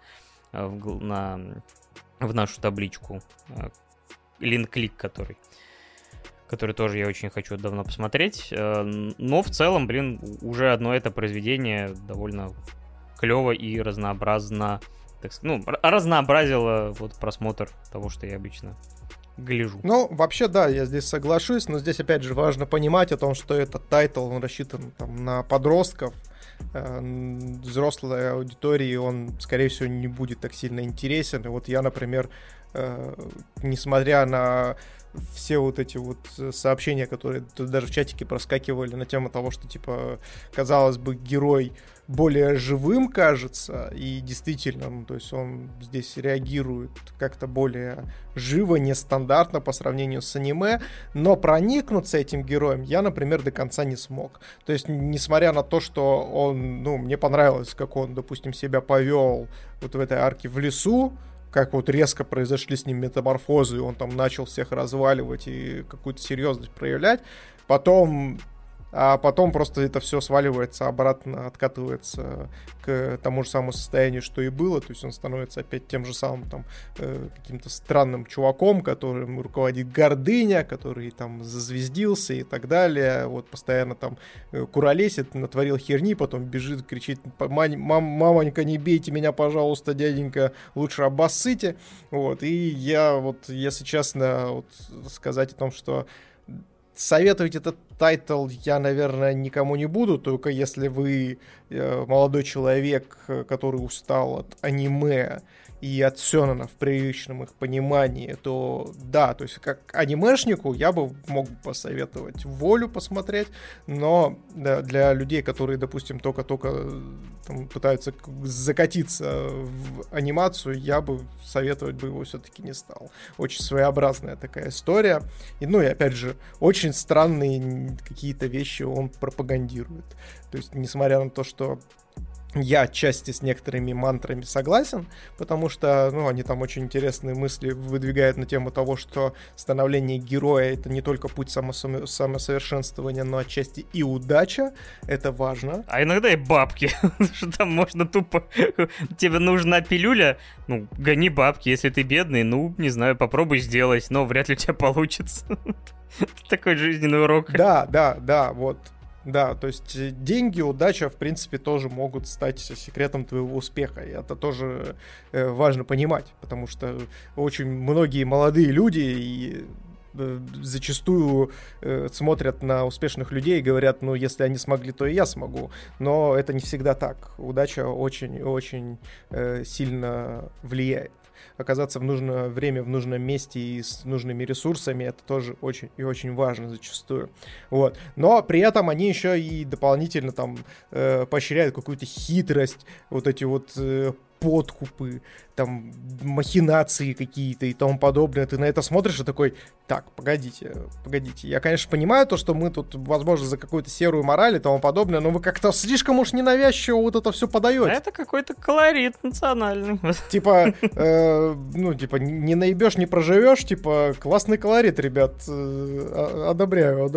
в нашу табличку. Линк-клик, который тоже я очень хочу давно посмотреть. Но в целом, блин, уже одно это произведение довольно клево и разнообразно, так сказать, ну, разнообразило вот просмотр того, что я обычно гляжу. Ну, вообще, да, я здесь соглашусь, но здесь, опять же, важно понимать о том, что этот тайтл, он рассчитан там на подростков, взрослой аудитории он, скорее всего, не будет так сильно интересен. И вот я, например, несмотря на все вот эти вот сообщения, которые тут даже в чатике проскакивали на тему того, что, типа, казалось бы, герой более живым кажется, и действительно, ну, то есть он здесь реагирует как-то более живо, нестандартно по сравнению с аниме, но проникнуться этим героем я, например, до конца не смог. То есть, несмотря на то, что он, ну, мне понравилось, как он, допустим, себя повел вот в этой арке в лесу, как вот резко произошли с ним метаморфозы, и он там начал всех разваливать и какую-то серьезность проявлять. Потом просто это все сваливается обратно, откатывается к тому же самому состоянию, что и было. То есть он становится опять тем же самым там каким-то странным чуваком, которым руководит гордыня, который там зазвездился и так далее. Вот постоянно там куролесит, натворил херни, потом бежит, кричит: мамонька, не бейте меня, пожалуйста, дяденька, лучше обоссыте. Вот. И я вот, если честно, вот сказать о том, что советовать этот тайтл я, наверное, никому не буду, только если вы молодой человек, который устал от аниме и от сёнэна в привычном их понимании, то да, то есть как анимешнику я бы мог посоветовать «Волю» посмотреть, но да, для людей, которые, допустим, только-только там, пытаются закатиться в анимацию, я бы советовать бы его все-таки не стал. Очень своеобразная такая история. И, ну и опять же, очень странные какие-то вещи он пропагандирует. То есть, несмотря на то, что я отчасти с некоторыми мантрами согласен, потому что, ну, они там очень интересные мысли выдвигают на тему того, что становление героя — это не только путь самосовершенствования, но отчасти и удача, это важно. А иногда и бабки, что там можно тупо... Тебе нужна пилюля, ну, гони бабки, если ты бедный, ну, не знаю, попробуй сделать, но вряд ли у тебя получится. Такой жизненный урок. Да, вот. Да, то есть деньги, удача, в принципе, тоже могут стать секретом твоего успеха. И это тоже важно понимать, потому что очень многие молодые люди и зачастую смотрят на успешных людей и говорят, ну, если они смогли, то и я смогу. Но это не всегда так. Удача очень-очень сильно влияет. Оказаться в нужное время, в нужном месте и с нужными ресурсами, это тоже очень и очень важно зачастую. Вот. Но при этом они еще и дополнительно там поощряют какую-то хитрость, вот эти вот подкупы, там, махинации какие-то и тому подобное. Ты на это смотришь и такой, так, погодите. Я, конечно, понимаю то, что мы тут, возможно, за какую-то серую мораль и тому подобное, но вы как-то слишком уж ненавязчиво вот это все подаете. Это какой-то колорит национальный. Типа, не наебешь, не проживешь, типа, классный колорит, ребят. Одобряю.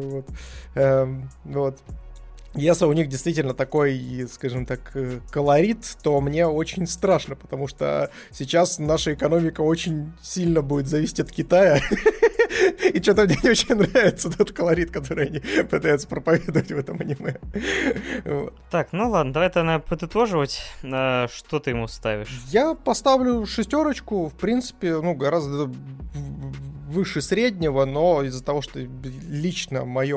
Вот. Если у них действительно такой, скажем так, колорит, то мне очень страшно, потому что сейчас наша экономика очень сильно будет зависеть от Китая. И что-то мне не очень нравится тот колорит, который они пытаются проповедовать в этом аниме. Так, ну ладно, давай тогда подытоживать. Что ты ему ставишь? Я поставлю 6, в принципе, ну, гораздо выше среднего, но из-за того, что лично моя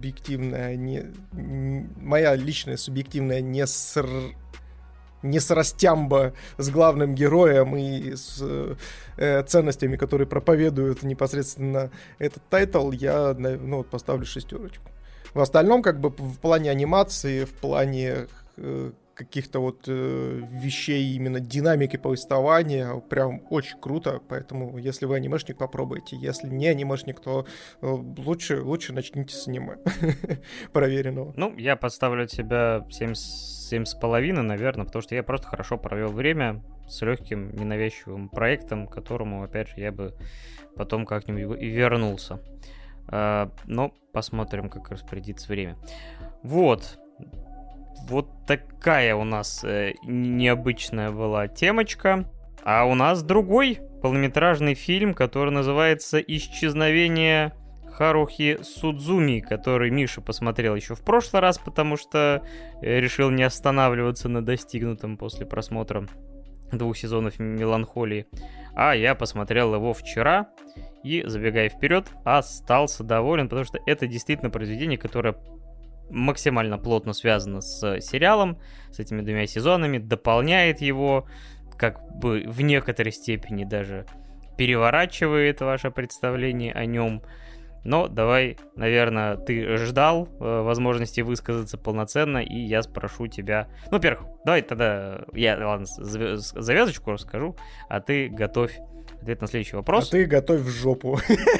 личная субъективная не срастямба с главным героем и с ценностями, которые проповедуют непосредственно этот тайтл, я поставлю 6. В остальном, как бы в плане анимации, в плане каких-то вот вещей, именно динамики повествования, прям очень круто, поэтому если вы анимешник, попробуйте, если не анимешник, то лучше начните с аниме проверенного. Ну, я поставлю от себя 7,5, наверное, потому что я просто хорошо провел время с легким, ненавязчивым проектом, к которому, опять же, я бы потом как-нибудь и вернулся. Но посмотрим, как распорядится время. Вот такая у нас необычная была темочка. А у нас другой полнометражный фильм, который называется «Исчезновение Харухи Судзуми», который Миша посмотрел еще в прошлый раз, потому что решил не останавливаться на достигнутом после просмотра 2 сезонов «Меланхолии». А я посмотрел его вчера и, забегая вперед, остался доволен, потому что это действительно произведение, которое максимально плотно связано с сериалом, с этими 2 сезонами, дополняет его, как бы в некоторой степени даже переворачивает ваше представление о нем. Но давай, наверное, ты ждал возможности высказаться полноценно, и я спрошу тебя... Ну, во-первых, давай тогда я, ладно, завязочку расскажу, а ты готовь ответ на следующий вопрос. А ты готовь в жопу.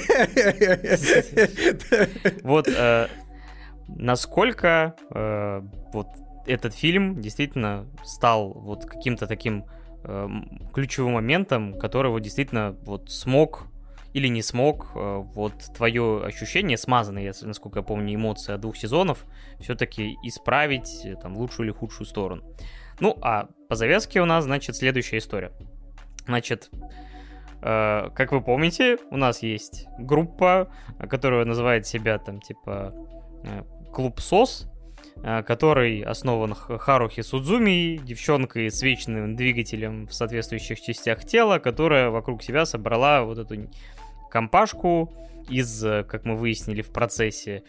Вот... Насколько вот этот фильм действительно стал вот каким-то таким ключевым моментом, который вот действительно вот смог или не смог вот твое ощущение, смазанное, насколько я помню, эмоции от 2 сезонов, все-таки исправить там в лучшую или худшую сторону. Ну, а по завязке у нас, значит, следующая история. Значит, как вы помните, у нас есть группа, которая называет себя там типа Клуб СОС, который основан Харухи Судзуми, девчонкой с вечным двигателем в соответствующих частях тела, которая вокруг себя собрала вот эту компашку из, как мы выяснили в процессе,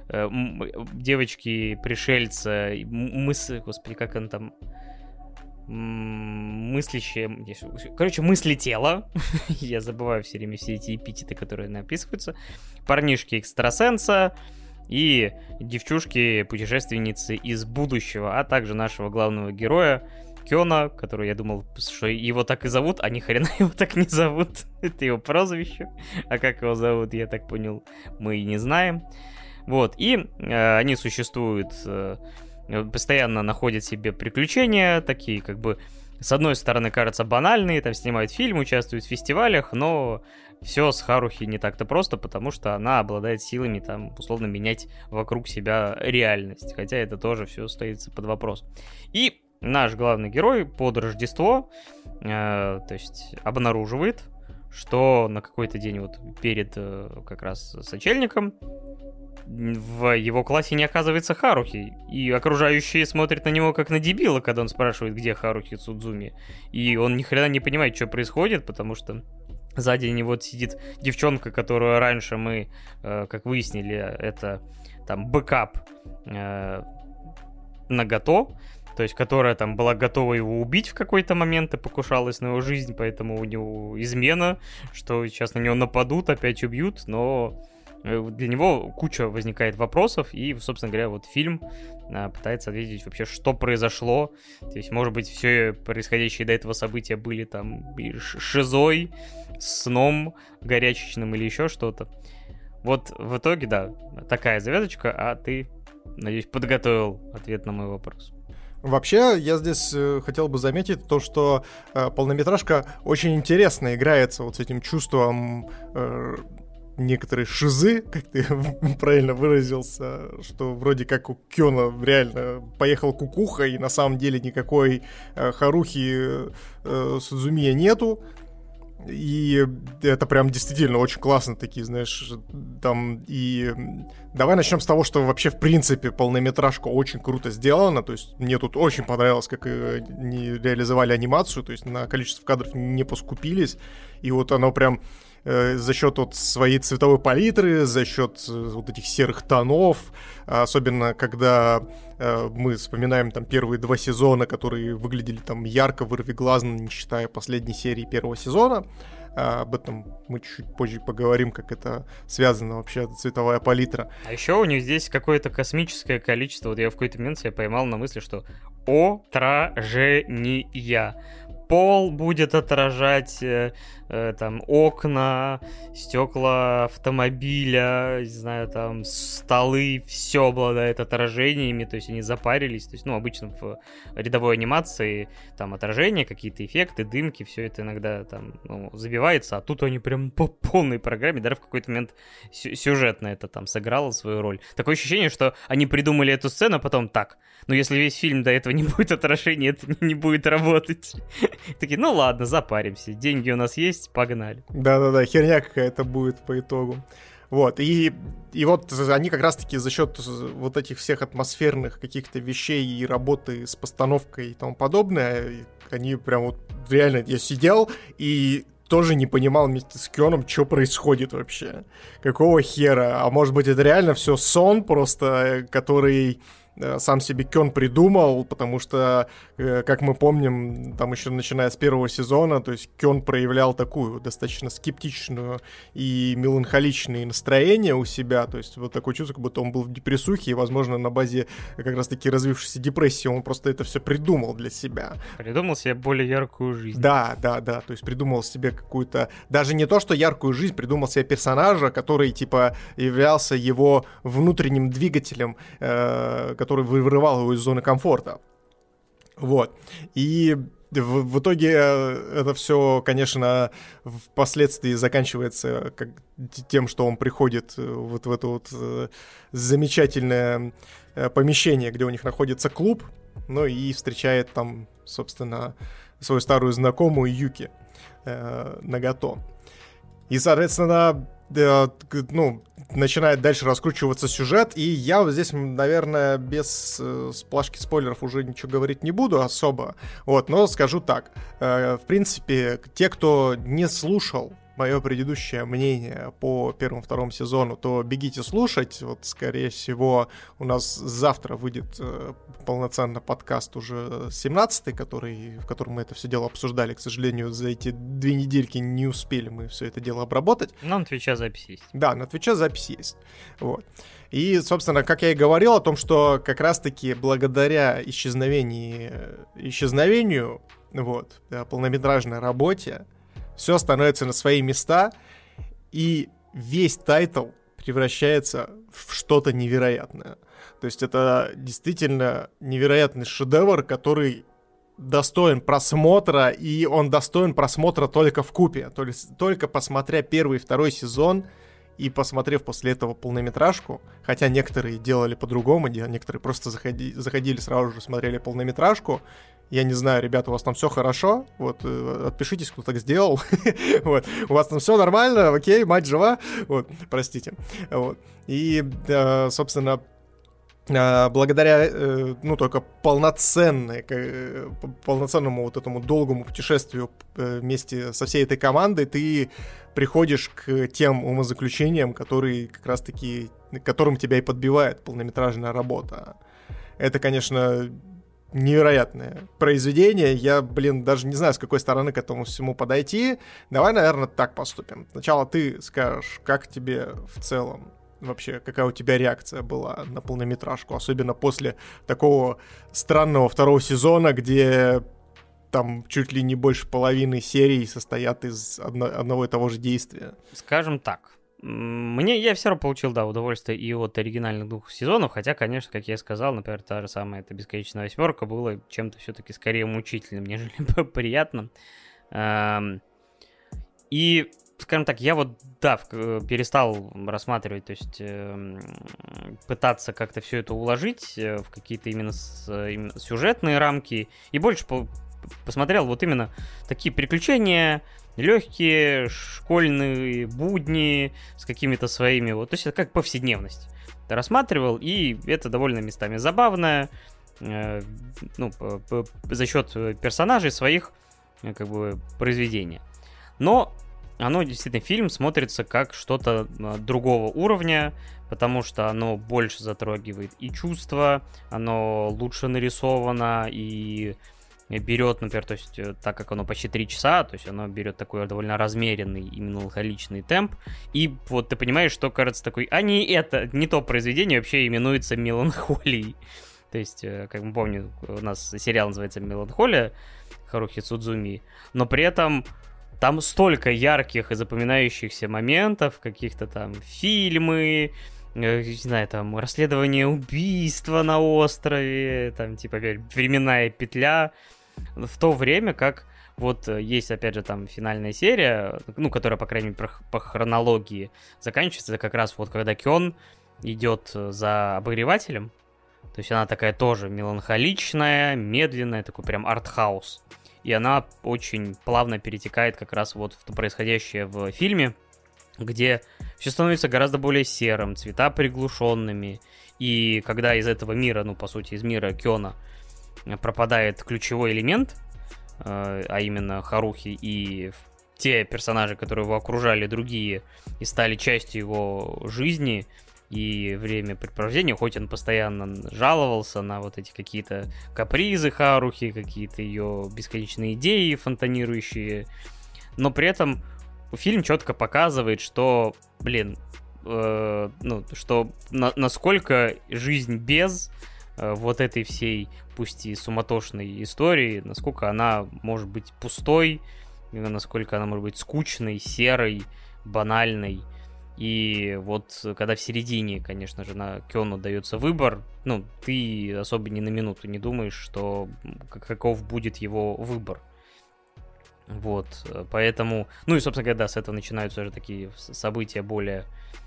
девочки-пришельца, господи, как он там... мыслящее... Короче, мысли тела. Я забываю все время все эти эпитеты, которые написываются. Парнишки-экстрасенса и девчушки-путешественницы из будущего, а также нашего главного героя Кёна, который, я думал, что его так и зовут, а ни хрена его так не зовут. Это его прозвище. А как его зовут, я так понял, мы и не знаем. Вот, и они существуют, постоянно находят себе приключения, такие как бы, с одной стороны, кажутся банальные, там снимают фильм, участвуют в фестивалях, но все с Харухи не так-то просто, потому что она обладает силами, там, условно, менять вокруг себя реальность, хотя это тоже все стоит под вопрос. И наш главный герой под Рождество, то есть, обнаруживает, что на какой-то день вот перед как раз сочельником в его классе не оказывается Харухи, и окружающие смотрят на него как на дебила, когда он спрашивает, где Харухи Судзуми, и он ни хрена не понимает, что происходит, потому что сзади него сидит девчонка, которую раньше мы, как выяснили, это там бэкап Нагато, то есть которая там была готова его убить в какой-то момент и покушалась на его жизнь, поэтому у него измена, что сейчас на него нападут, опять убьют, но для него куча возникает вопросов, и, собственно говоря, вот фильм пытается ответить вообще, что произошло. То есть, может быть, все происходящие до этого события были там шизой, сном горячечным или еще что-то. Вот в итоге, да, такая завязочка, а ты, надеюсь, подготовил ответ на мой вопрос. Вообще, я здесь хотел бы заметить то, что полнометражка очень интересно играется вот с этим чувством некоторые шизы, как ты правильно выразился, что вроде как у Кёна реально поехал кукуха, и на самом деле никакой Харухи Судзумия нету. И это прям действительно очень классно, такие, знаешь, там, и давай начнем с того, что вообще, в принципе, полнометражка очень круто сделана, то есть мне тут очень понравилось, как они реализовали анимацию, то есть на количество кадров не поскупились, и вот оно прям за счет вот своей цветовой палитры, за счет вот этих серых тонов, особенно когда мы вспоминаем там первые 2 сезона, которые выглядели там ярко, вырвиглазно, не считая последней серии первого сезона. Об этом мы чуть позже поговорим, как это связано вообще, цветовая палитра. А еще у них здесь какое-то космическое количество, вот я в какой-то момент себя поймал на мысли, что отражения. Пол будет отражать там окна, стекла автомобиля, не знаю, там столы, все обладает отражениями, то есть они запарились, то есть, ну, обычно в рядовой анимации там отражения, какие-то эффекты, дымки, все это иногда там, ну, забивается, а тут они прям по полной программе, даже в какой-то момент сюжетно это там сыграло свою роль. Такое ощущение, что они придумали эту сцену, а потом так, ну, если весь фильм до этого не будет отражения, это не будет работать. Такие, ну ладно, запаримся, деньги у нас есть, погнали. Да-да-да, херня какая-то будет по итогу. Вот, и вот они как раз-таки за счет вот этих всех атмосферных каких-то вещей и работы с постановкой и тому подобное, они прям вот реально, я сидел и тоже не понимал вместе с Кёном, что происходит вообще. Какого хера? А может быть, это реально все сон просто, который сам себе Кён придумал, потому что, как мы помним, там еще начиная с первого сезона, то есть Кён проявлял такую достаточно скептичную и меланхоличное настроение у себя, то есть вот такое чувство, как будто он был в депрессухе, и, возможно, на базе как раз-таки развившейся депрессии он просто это все придумал для себя. Придумал себе более яркую жизнь. Да, то есть придумал себе какую-то, даже не то, что яркую жизнь, придумал себе персонажа, который, типа, являлся его внутренним двигателем, который вырывал его из зоны комфорта. Вот. И в итоге это все, конечно, впоследствии заканчивается тем, что он приходит вот в это вот замечательное помещение, где у них находится клуб, ну и встречает там, собственно, свою старую знакомую Юки Нагато. И, соответственно, ну, начинает дальше раскручиваться сюжет, и я вот здесь, наверное, без сплашки спойлеров уже ничего говорить не буду особо, вот, но скажу так, в принципе, те, кто не слушал мое предыдущее мнение по первому-второму сезону, то бегите слушать. Вот, скорее всего, у нас завтра выйдет полноценно подкаст уже 17-й, в котором мы это все дело обсуждали. К сожалению, за эти 2 недельки не успели мы все это дело обработать. Но на Твиче запись есть. Да, на Твиче запись есть. Вот. И, собственно, как я и говорил о том, что как раз-таки благодаря исчезновению, вот, полнометражной работе, все становится на свои места, и весь тайтл превращается в что-то невероятное. То есть это действительно невероятный шедевр, который достоин просмотра, и он достоин просмотра только вкупе. То есть только посмотря первый и второй сезон, и посмотрев после этого полнометражку, хотя некоторые делали по-другому, некоторые просто заходили сразу же, смотрели полнометражку. Я не знаю, ребята, у вас там все хорошо, вот, отпишитесь, кто так сделал, вот, у вас там все нормально, окей, мать жива, вот, простите, вот, и, собственно, благодаря, только полноценному вот этому долгому путешествию вместе со всей этой командой ты приходишь к тем умозаключениям, которые как раз-таки, которым тебя и подбивает полнометражная работа. Это, конечно, невероятное произведение. Я, даже не знаю, с какой стороны к этому всему подойти. Давай, наверное, так поступим. Сначала ты скажешь, как тебе в целом вообще, какая у тебя реакция была на полнометражку, особенно после такого странного второго сезона, где там чуть ли не больше половины серий состоят из одного и того же действия. Скажем так, я все равно получил, удовольствие и от оригинальных 2 сезонов, хотя, конечно, как я сказал, например, та же самая эта «Бесконечная восьмерка» была чем-то все-таки скорее мучительным, нежели приятным. И, скажем так, я перестал рассматривать, то есть пытаться как-то все это уложить в какие-то именно сюжетные рамки, и больше посмотрел вот именно такие приключения, легкие, школьные будни с какими-то своими, то есть это как повседневность. Рассматривал, и это довольно местами забавно, за счет персонажей своих, произведения. Но оно действительно, фильм смотрится как что-то другого уровня, потому что оно больше затрагивает и чувства, оно лучше нарисовано, и берет, например, то есть так как оно почти 3 часа, то есть оно берет такой довольно размеренный и меланхоличный темп, и вот ты понимаешь, что, кажется, такой, не то произведение вообще именуется «Меланхолией». То есть, как мы помним, у нас сериал называется «Меланхолия» Харухи Судзуми, но при этом там столько ярких и запоминающихся моментов, каких-то там фильмы, не знаю, там расследование убийства на острове, там типа временная петля, в то время как вот есть, опять же, там финальная серия, которая, по крайней мере, по хронологии заканчивается как раз вот когда Кён идет за обогревателем, то есть она такая тоже меланхоличная, медленная, такой прям артхаус, и она очень плавно перетекает как раз вот в то происходящее в фильме, где все становится гораздо более серым, цвета приглушенными, и когда из этого мира, по сути, из мира Кёна пропадает ключевой элемент, а именно Харухи и те персонажи, которые его окружали, другие, и стали частью его жизни и времяпрепровождения, хоть он постоянно жаловался на вот эти какие-то капризы Харухи, какие-то ее бесконечные идеи фонтанирующие, но при этом фильм четко показывает, что, насколько жизнь без вот этой всей, пусть и суматошной истории, насколько она может быть пустой, насколько она может быть скучной, серой, банальной. И вот когда в середине, конечно же, на Кёну дается выбор, ты особо ни на минуту не думаешь, что каков будет его выбор. Вот, поэтому... и, собственно говоря, с этого начинаются уже такие события более,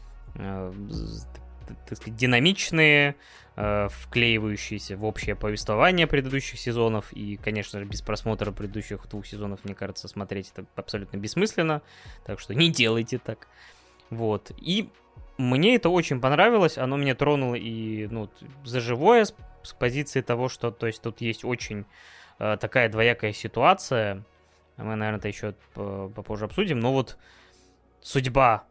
так сказать, динамичные, вклеивающиеся в общее повествование предыдущих сезонов. И, конечно же, без просмотра предыдущих 2 сезонов, мне кажется, смотреть это абсолютно бессмысленно. Так что не делайте так. Вот. И мне это очень понравилось. Оно меня тронуло и, за живое с позиции того, что, то есть, тут есть очень такая двоякая ситуация. Мы, наверное, это еще попозже обсудим. Но вот судьба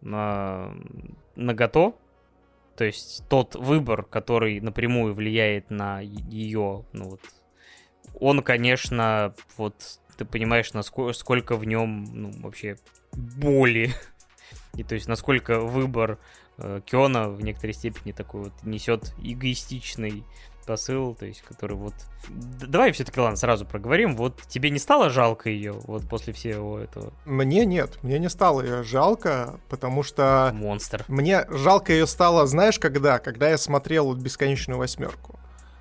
Нагато, то есть тот выбор, который напрямую влияет на ее, ну вот, он, конечно, вот ты понимаешь, сколько в нем, ну, вообще боли, и то есть насколько выбор Кёна в некоторой степени такой вот несет эгоистичный посыл, то есть, который вот... Давай все-таки, ладно, сразу проговорим. Вот тебе не стало жалко ее вот после всего этого? Мне нет, мне не стало ее жалко, потому что... Монстр. Мне жалко ее стало, знаешь, когда? Когда я смотрел вот «Бесконечную восьмерку».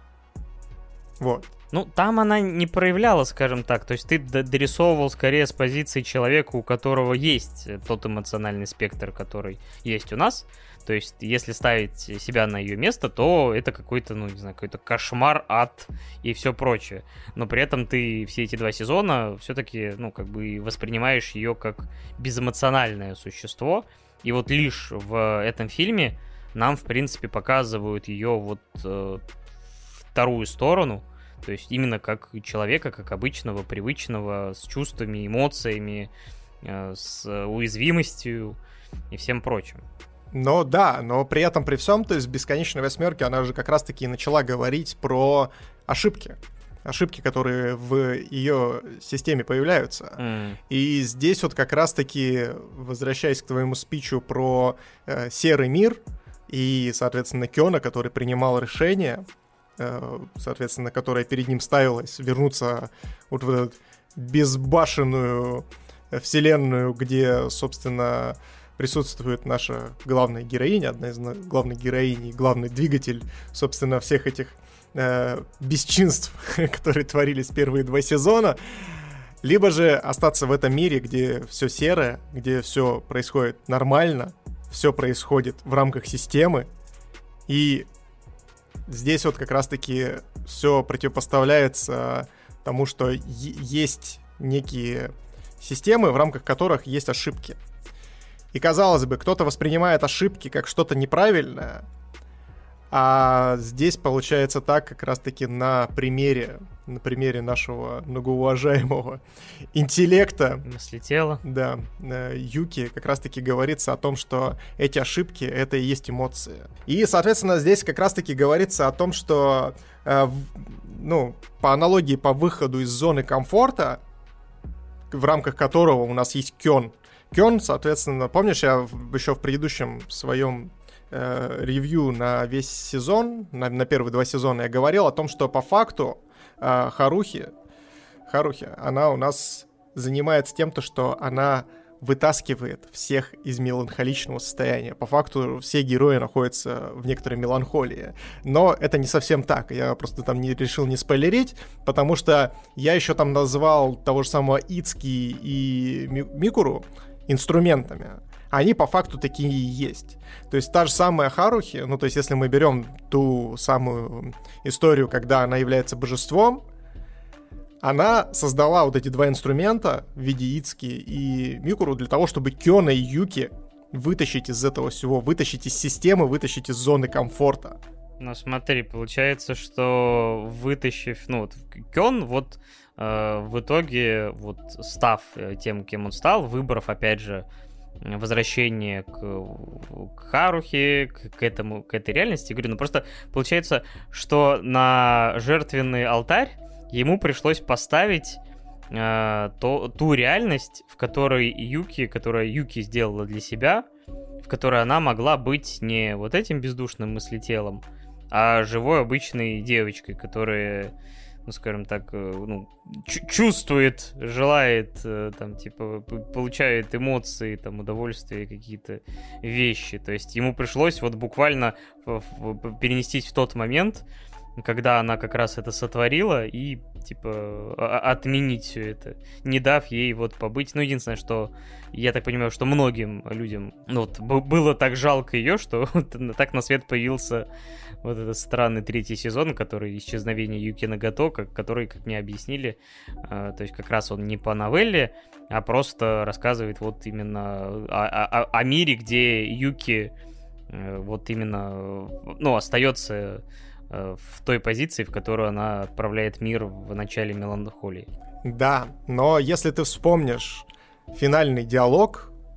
Вот. Ну, там она не проявляла, скажем так. То есть ты дорисовывал скорее с позиции человека, у которого есть тот эмоциональный спектр, который есть у нас. То есть, если ставить себя на ее место, то это какой-то, ну, не знаю, какой-то кошмар, ад и все прочее. Но при этом ты все эти 2 сезона все-таки, ну, как бы воспринимаешь ее как безэмоциональное существо. И вот лишь в этом фильме нам, в принципе, показывают ее вот вторую сторону. То есть именно как человека, как обычного, привычного, с чувствами, эмоциями, с уязвимостью и всем прочим. Но да, но при этом, при всем, то есть в «Бесконечной восьмерке» она же как раз-таки начала говорить про ошибки. Ошибки, которые в ее системе появляются. И здесь вот как раз-таки, возвращаясь к твоему спичу про серый мир и, соответственно, Кёна, который принимал решение, соответственно, которая перед ним ставилась, вернуться вот в эту безбашенную вселенную, где, собственно, присутствует наша главная героиня, одна из главных героинь, главный двигатель, собственно, всех этих бесчинств, которые творились первые 2 сезона, либо же остаться в этом мире, где все серое, где все происходит нормально, все происходит в рамках системы, и здесь вот как раз-таки все противопоставляется тому, что есть некие системы, в рамках которых есть ошибки. И, казалось бы, кто-то воспринимает ошибки как что-то неправильное, а здесь получается так, как раз-таки на примере нашего многоуважаемого интеллекта. Слетело. Да, Юки как раз-таки говорится о том, что эти ошибки — это и есть эмоции. И, соответственно, здесь как раз-таки говорится о том, что, ну, по аналогии по выходу из зоны комфорта, в рамках которого у нас есть Кён, соответственно, помнишь, я еще в предыдущем своем ревью на весь сезон, на первые 2 сезона, я говорил о том, что по факту Харухи, она у нас занимается тем, что она вытаскивает всех из меланхоличного состояния. По факту все герои находятся в некоторой меланхолии. Но это не совсем так. Я просто там решил не спойлерить, потому что я еще там назвал того же самого Ицки и Микуру инструментами. Они по факту такие и есть. То есть та же самая Харухи, ну то есть если мы берем ту самую историю, когда она является божеством, она создала вот эти 2 инструмента в виде Ицки и Микуру для того, чтобы Кёна и Юки вытащить из этого всего, вытащить из системы, вытащить из зоны комфорта. Ну смотри, получается, что вытащив, ну вот Кён, вот в итоге, вот став тем, кем он стал, выбрав, опять же, возвращение к Харухе, к этой реальности, говорю, ну просто получается, что на жертвенный алтарь ему пришлось поставить ту реальность, в которой которая Юки сделала для себя, в которой она могла быть не вот этим бездушным мыслителом, а живой обычной девочкой, которая, ну, скажем так, ну, чувствует, желает, там, типа, получает эмоции, там, удовольствие, какие-то вещи. То есть ему пришлось вот буквально перенестись в тот момент, когда она как раз это сотворила, и, типа, отменить все это, не дав ей вот побыть. Ну, единственное, что, я так понимаю, что многим людям, ну, вот, было так жалко ее, что так на свет появился вот этот странный 3-й сезон, который «Исчезновение Юки Нагато», который, как мне объяснили, то есть как раз он не по новелле, а просто рассказывает вот именно о мире, где Юки вот именно, ну, остается в той позиции, в которую она отправляет мир в начале меланхолии. Да, но если ты вспомнишь финальный диалог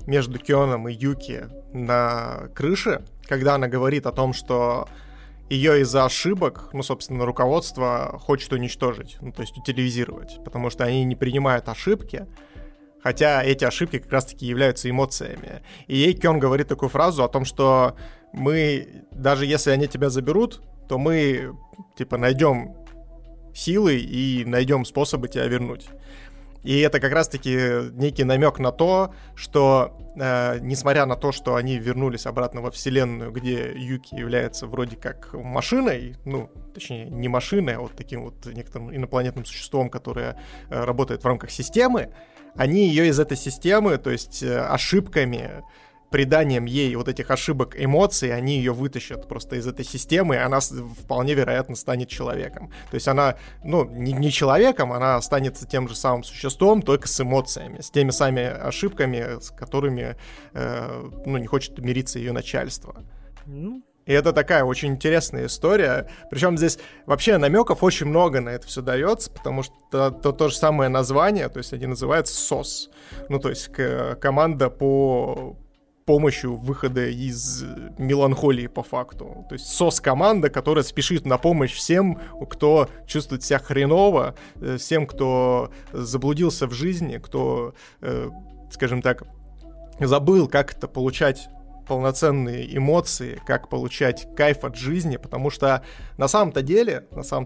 между Кёном и Юки на крыше, когда она говорит о том, что ее из-за ошибок, ну, собственно, руководство хочет уничтожить, ну, то есть утилизировать, потому что они не принимают ошибки, хотя эти ошибки как раз-таки являются эмоциями. И ей Кён говорит такую фразу о том, что мы, даже если они тебя заберут, то мы, типа, найдем силы и найдем способы тебя вернуть. И это как раз-таки некий намек на то, что, несмотря на то, что они вернулись обратно во вселенную, где Юки является вроде как машиной, ну, точнее, не машиной, а вот таким вот некоторым инопланетным существом, которое работает в рамках системы, они ее из этой системы, то есть ошибками, приданием ей вот этих ошибок эмоций, они ее вытащат просто из этой системы, и она вполне вероятно станет человеком. То есть она, ну, не человеком, она останется тем же самым существом, только с эмоциями, с теми самыми ошибками, с которыми, ну, не хочет мириться ее начальство. И это такая очень интересная история. Причем здесь вообще намеков очень много на это все дается, потому что то же самое название, то есть они называются СОС. Ну, то есть команда по помощью выхода из меланхолии по факту. То есть СОС-команда, которая спешит на помощь всем, кто чувствует себя хреново, всем, кто заблудился в жизни, кто, скажем так, забыл, как это получать полноценные эмоции, как получать кайф от жизни, потому что на самом-то деле,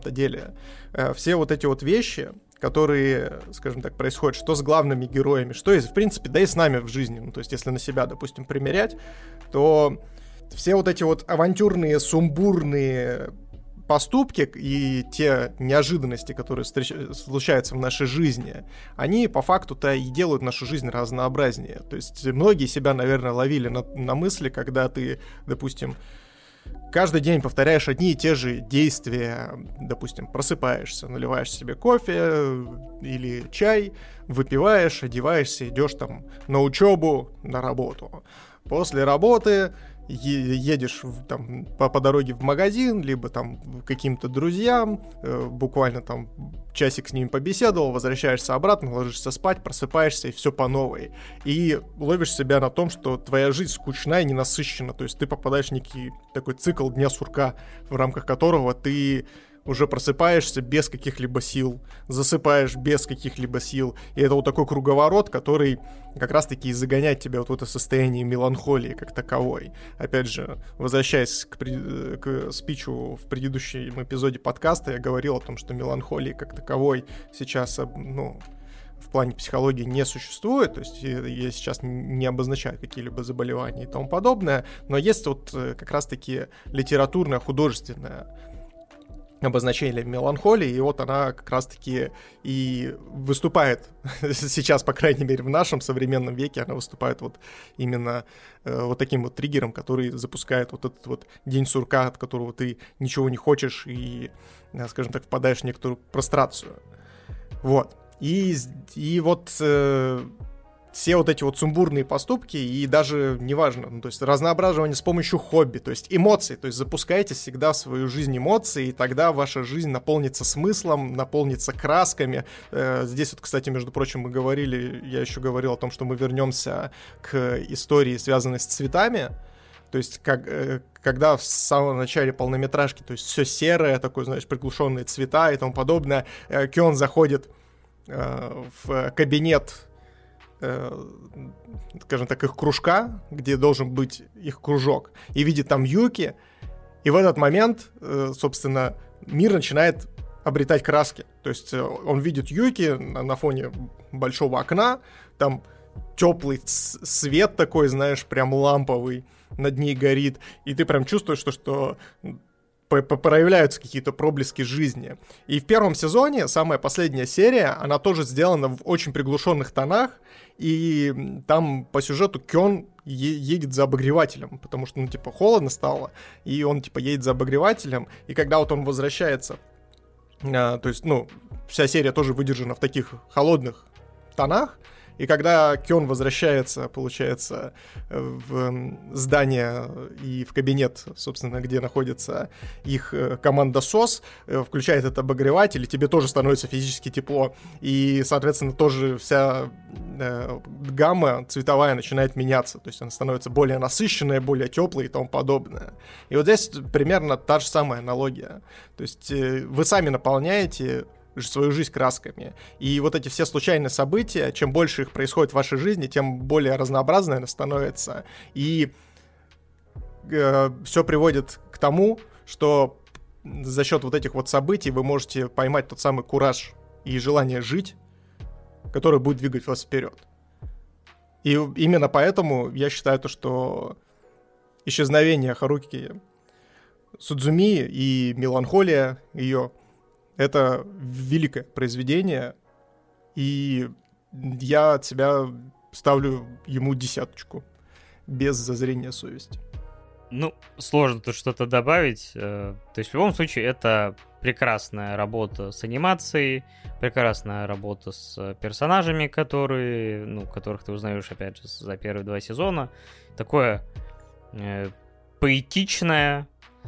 все вот эти вот вещи, которые, скажем так, происходят, что с главными героями, что есть, в принципе, да и с нами в жизни. Ну, то есть, если на себя, допустим, примерять, то все вот эти вот авантюрные, сумбурные поступки и те неожиданности, которые случаются в нашей жизни, они по факту-то и делают нашу жизнь разнообразнее. То есть, многие себя, наверное, ловили на мысли, когда ты, допустим, каждый день повторяешь одни и те же действия, допустим, просыпаешься, наливаешь себе кофе или чай, выпиваешь, одеваешься, идешь там на учебу, на работу. После работы едешь там по дороге в магазин, либо там к каким-то друзьям, буквально там часик с ними побеседовал, возвращаешься обратно, ложишься спать, просыпаешься, и все по новой. И ловишь себя на том, что твоя жизнь скучна и ненасыщенна, то есть ты попадаешь в некий такой цикл дня сурка, в рамках которого ты уже просыпаешься без каких-либо сил, засыпаешь без каких-либо сил, и это вот такой круговорот, который как раз-таки и загоняет тебя вот в это состояние меланхолии как таковой. Опять же, возвращаясь к спичу в предыдущем эпизоде подкаста, я говорил о том, что меланхолии как таковой сейчас, ну, в плане психологии не существует, то есть я сейчас не обозначаю какие-либо заболевания и тому подобное, но есть вот как раз-таки литературное, художественное обозначение меланхолии, и вот она как раз-таки и выступает сейчас, по крайней мере, в нашем современном веке, она выступает вот именно вот таким вот триггером, который запускает вот этот вот день сурка, от которого ты ничего не хочешь и, скажем так, впадаешь в некоторую прострацию. Вот. И вот все вот эти вот сумбурные поступки, и даже, неважно, ну, то есть разноображивание с помощью хобби, то есть эмоций, то есть запускайте всегда в свою жизнь эмоции, и тогда ваша жизнь наполнится смыслом, наполнится красками. Здесь вот, кстати, между прочим, мы говорили, я еще говорил о том, что мы вернемся к истории, связанной с цветами, то есть когда в самом начале полнометражки, то есть все серое, такое, знаешь, приглушенные цвета и тому подобное, Кён заходит в кабинет, скажем так, их кружка, где должен быть их кружок, и видит там Юки, и в этот момент, собственно, мир начинает обретать краски. То есть он видит Юки на фоне большого окна, там теплый свет такой, знаешь, прям ламповый над ней горит, и ты прям чувствуешь, что проявляются какие-то проблески жизни. И в первом сезоне, самая последняя серия, она тоже сделана в очень приглушенных тонах, и там по сюжету Кён едет за обогревателем, потому что, ну, типа, холодно стало, и он, типа, едет за обогревателем, и когда вот он возвращается, то есть, ну, вся серия тоже выдержана в таких холодных тонах, И когда Кён возвращается, получается, в здание и в кабинет, собственно, где находится их команда СОС, включает этот обогреватель, и тебе тоже становится физически тепло. И, соответственно, тоже вся гамма цветовая начинает меняться. То есть она становится более насыщенная, более теплая и тому подобное. И вот здесь примерно та же самая аналогия. То есть вы сами наполняете свою жизнь красками. И вот эти все случайные события, чем больше их происходит в вашей жизни, тем более разнообразной она становится. И все приводит к тому, что за счет вот этих вот событий вы можете поймать тот самый кураж и желание жить, который будет двигать вас вперед. И именно поэтому я считаю, что исчезновение Харуки Судзуми и меланхолия ее — это великое произведение, и я от себя ставлю ему 10, без зазрения совести. Ну, сложно тут что-то добавить. То есть в любом случае это прекрасная работа с анимацией, прекрасная работа с персонажами, которых ты узнаешь, опять же, за первые 2 сезона. Такое поэтичное,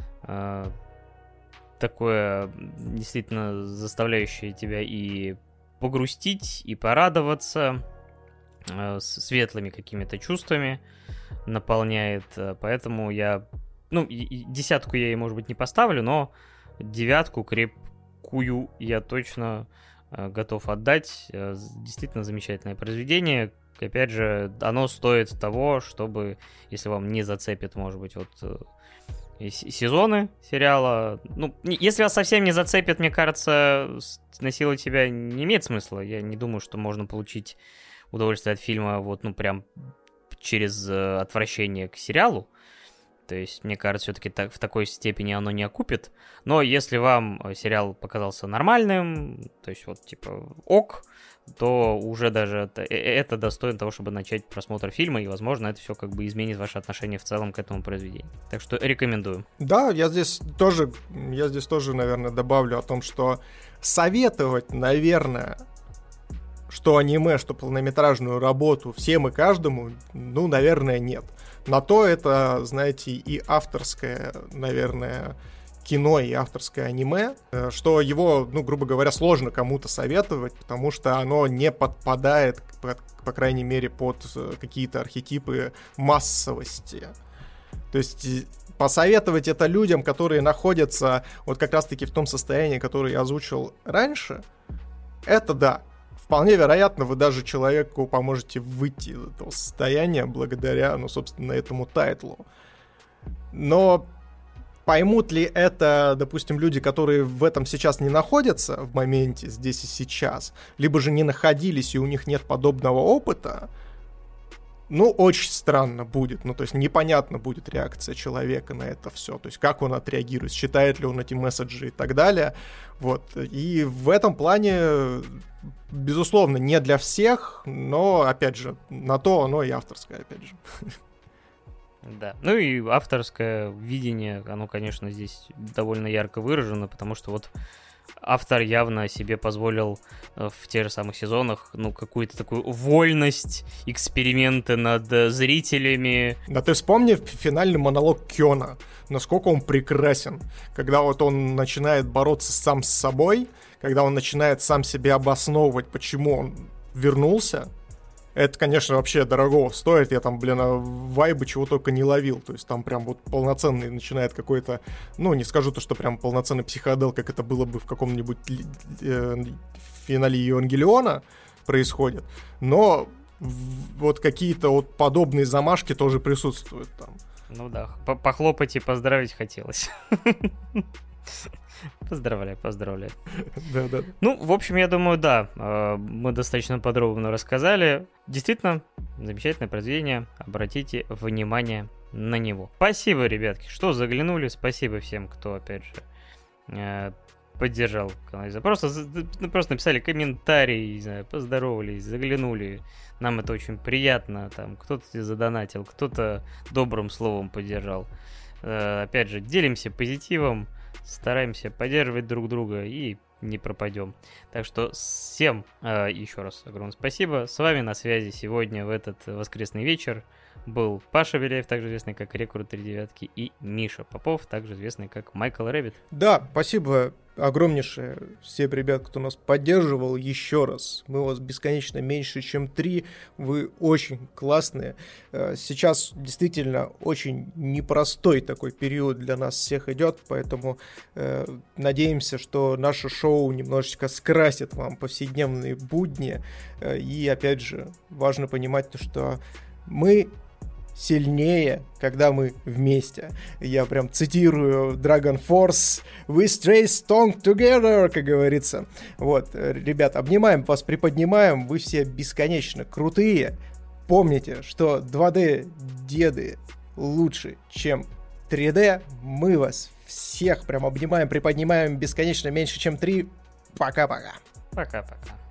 такое действительно заставляющее тебя и погрустить, и порадоваться, светлыми какими-то чувствами наполняет. Поэтому я... 10 я ей, может быть, не поставлю, но 9 крепкую я точно готов отдать. Действительно замечательное произведение. Опять же, оно стоит того, чтобы, если вам не зацепит, может быть, сезоны сериала. Если вас совсем не зацепит, мне кажется, насиловать себя не имеет смысла. Я не думаю, что можно получить удовольствие от фильма прям через отвращение к сериалу. То есть, мне кажется, все-таки в такой степени оно не окупит. Но если вам сериал показался нормальным, то есть ок, то уже даже это достойно того, чтобы начать просмотр фильма, и, возможно, это все изменит ваше отношение в целом к этому произведению. Так что рекомендую. Да, я здесь тоже, наверное, добавлю о том, что советовать, наверное, что аниме, что полнометражную работу всем и каждому, наверное, нет. На то это, знаете, и авторское, наверное, кино, и авторское аниме, что его, грубо говоря, сложно кому-то советовать, потому что оно не подпадает, по крайней мере, под какие-то архетипы массовости. То есть посоветовать это людям, которые находятся вот как раз-таки в том состоянии, которое я озвучил раньше, это да. Вполне вероятно, вы даже человеку поможете выйти из этого состояния благодаря, собственно, этому тайтлу. Но поймут ли это, допустим, люди, которые в этом сейчас не находятся в моменте, здесь и сейчас, либо же не находились и у них нет подобного опыта, очень странно будет. То есть непонятно будет реакция человека на это все. То есть как он отреагирует, считает ли он эти месседжи и так далее. Вот. И в этом плане, безусловно, не для всех, но, опять же, на то оно и авторское, опять же. Да. И авторское видение, оно, конечно, здесь довольно ярко выражено, потому что автор явно себе позволил в тех же самых сезонах, какую-то такую вольность, эксперименты над зрителями. Да ты вспомни финальный монолог Кёна, насколько он прекрасен, когда он начинает бороться сам с собой, когда он начинает сам себе обосновывать, почему он вернулся. Это, конечно, вообще дорого стоит. Я там, вайбы чего только не ловил. То есть там прям полноценный начинает какой-то... не скажу то, что прям полноценный психодел, как это было бы в каком-нибудь финале Евангелиона происходит. Но какие-то подобные замашки тоже присутствуют там. Да, похлопать и поздравить хотелось. Поздравляю. Да. В общем, я думаю, да, мы достаточно подробно рассказали. Действительно, замечательное произведение. Обратите внимание на него. Спасибо, ребятки, что заглянули. Спасибо всем, кто, опять же, поддержал канал. Просто написали комментарий, не знаю, поздоровались, заглянули. Нам это очень приятно. Там кто-то задонатил, кто-то добрым словом поддержал. Опять же, делимся позитивом. Стараемся поддерживать друг друга и не пропадем. Так что всем еще раз огромное спасибо. С вами на связи сегодня в этот воскресный вечер был Паша Беляев, также известный как Рекрут 39, и Миша Попов, также известный как Майкл Рэббит. Да, спасибо огромнейшее всем ребят, кто нас поддерживал. Еще раз, мы у вас бесконечно меньше, чем 3. Вы очень классные. Сейчас действительно очень непростой такой период для нас всех идет, поэтому надеемся, что наше шоу немножечко скрасит вам повседневные будни. И опять же, важно понимать то, что мы сильнее, когда мы вместе. Я прям цитирую Dragon Force: "We stay strong together", как говорится. Вот, ребят, обнимаем вас, приподнимаем, вы все бесконечно крутые. Помните, что 2D-деды лучше, чем 3D. Мы вас всех прям обнимаем, приподнимаем бесконечно меньше, чем 3. Пока-пока. Пока-пока.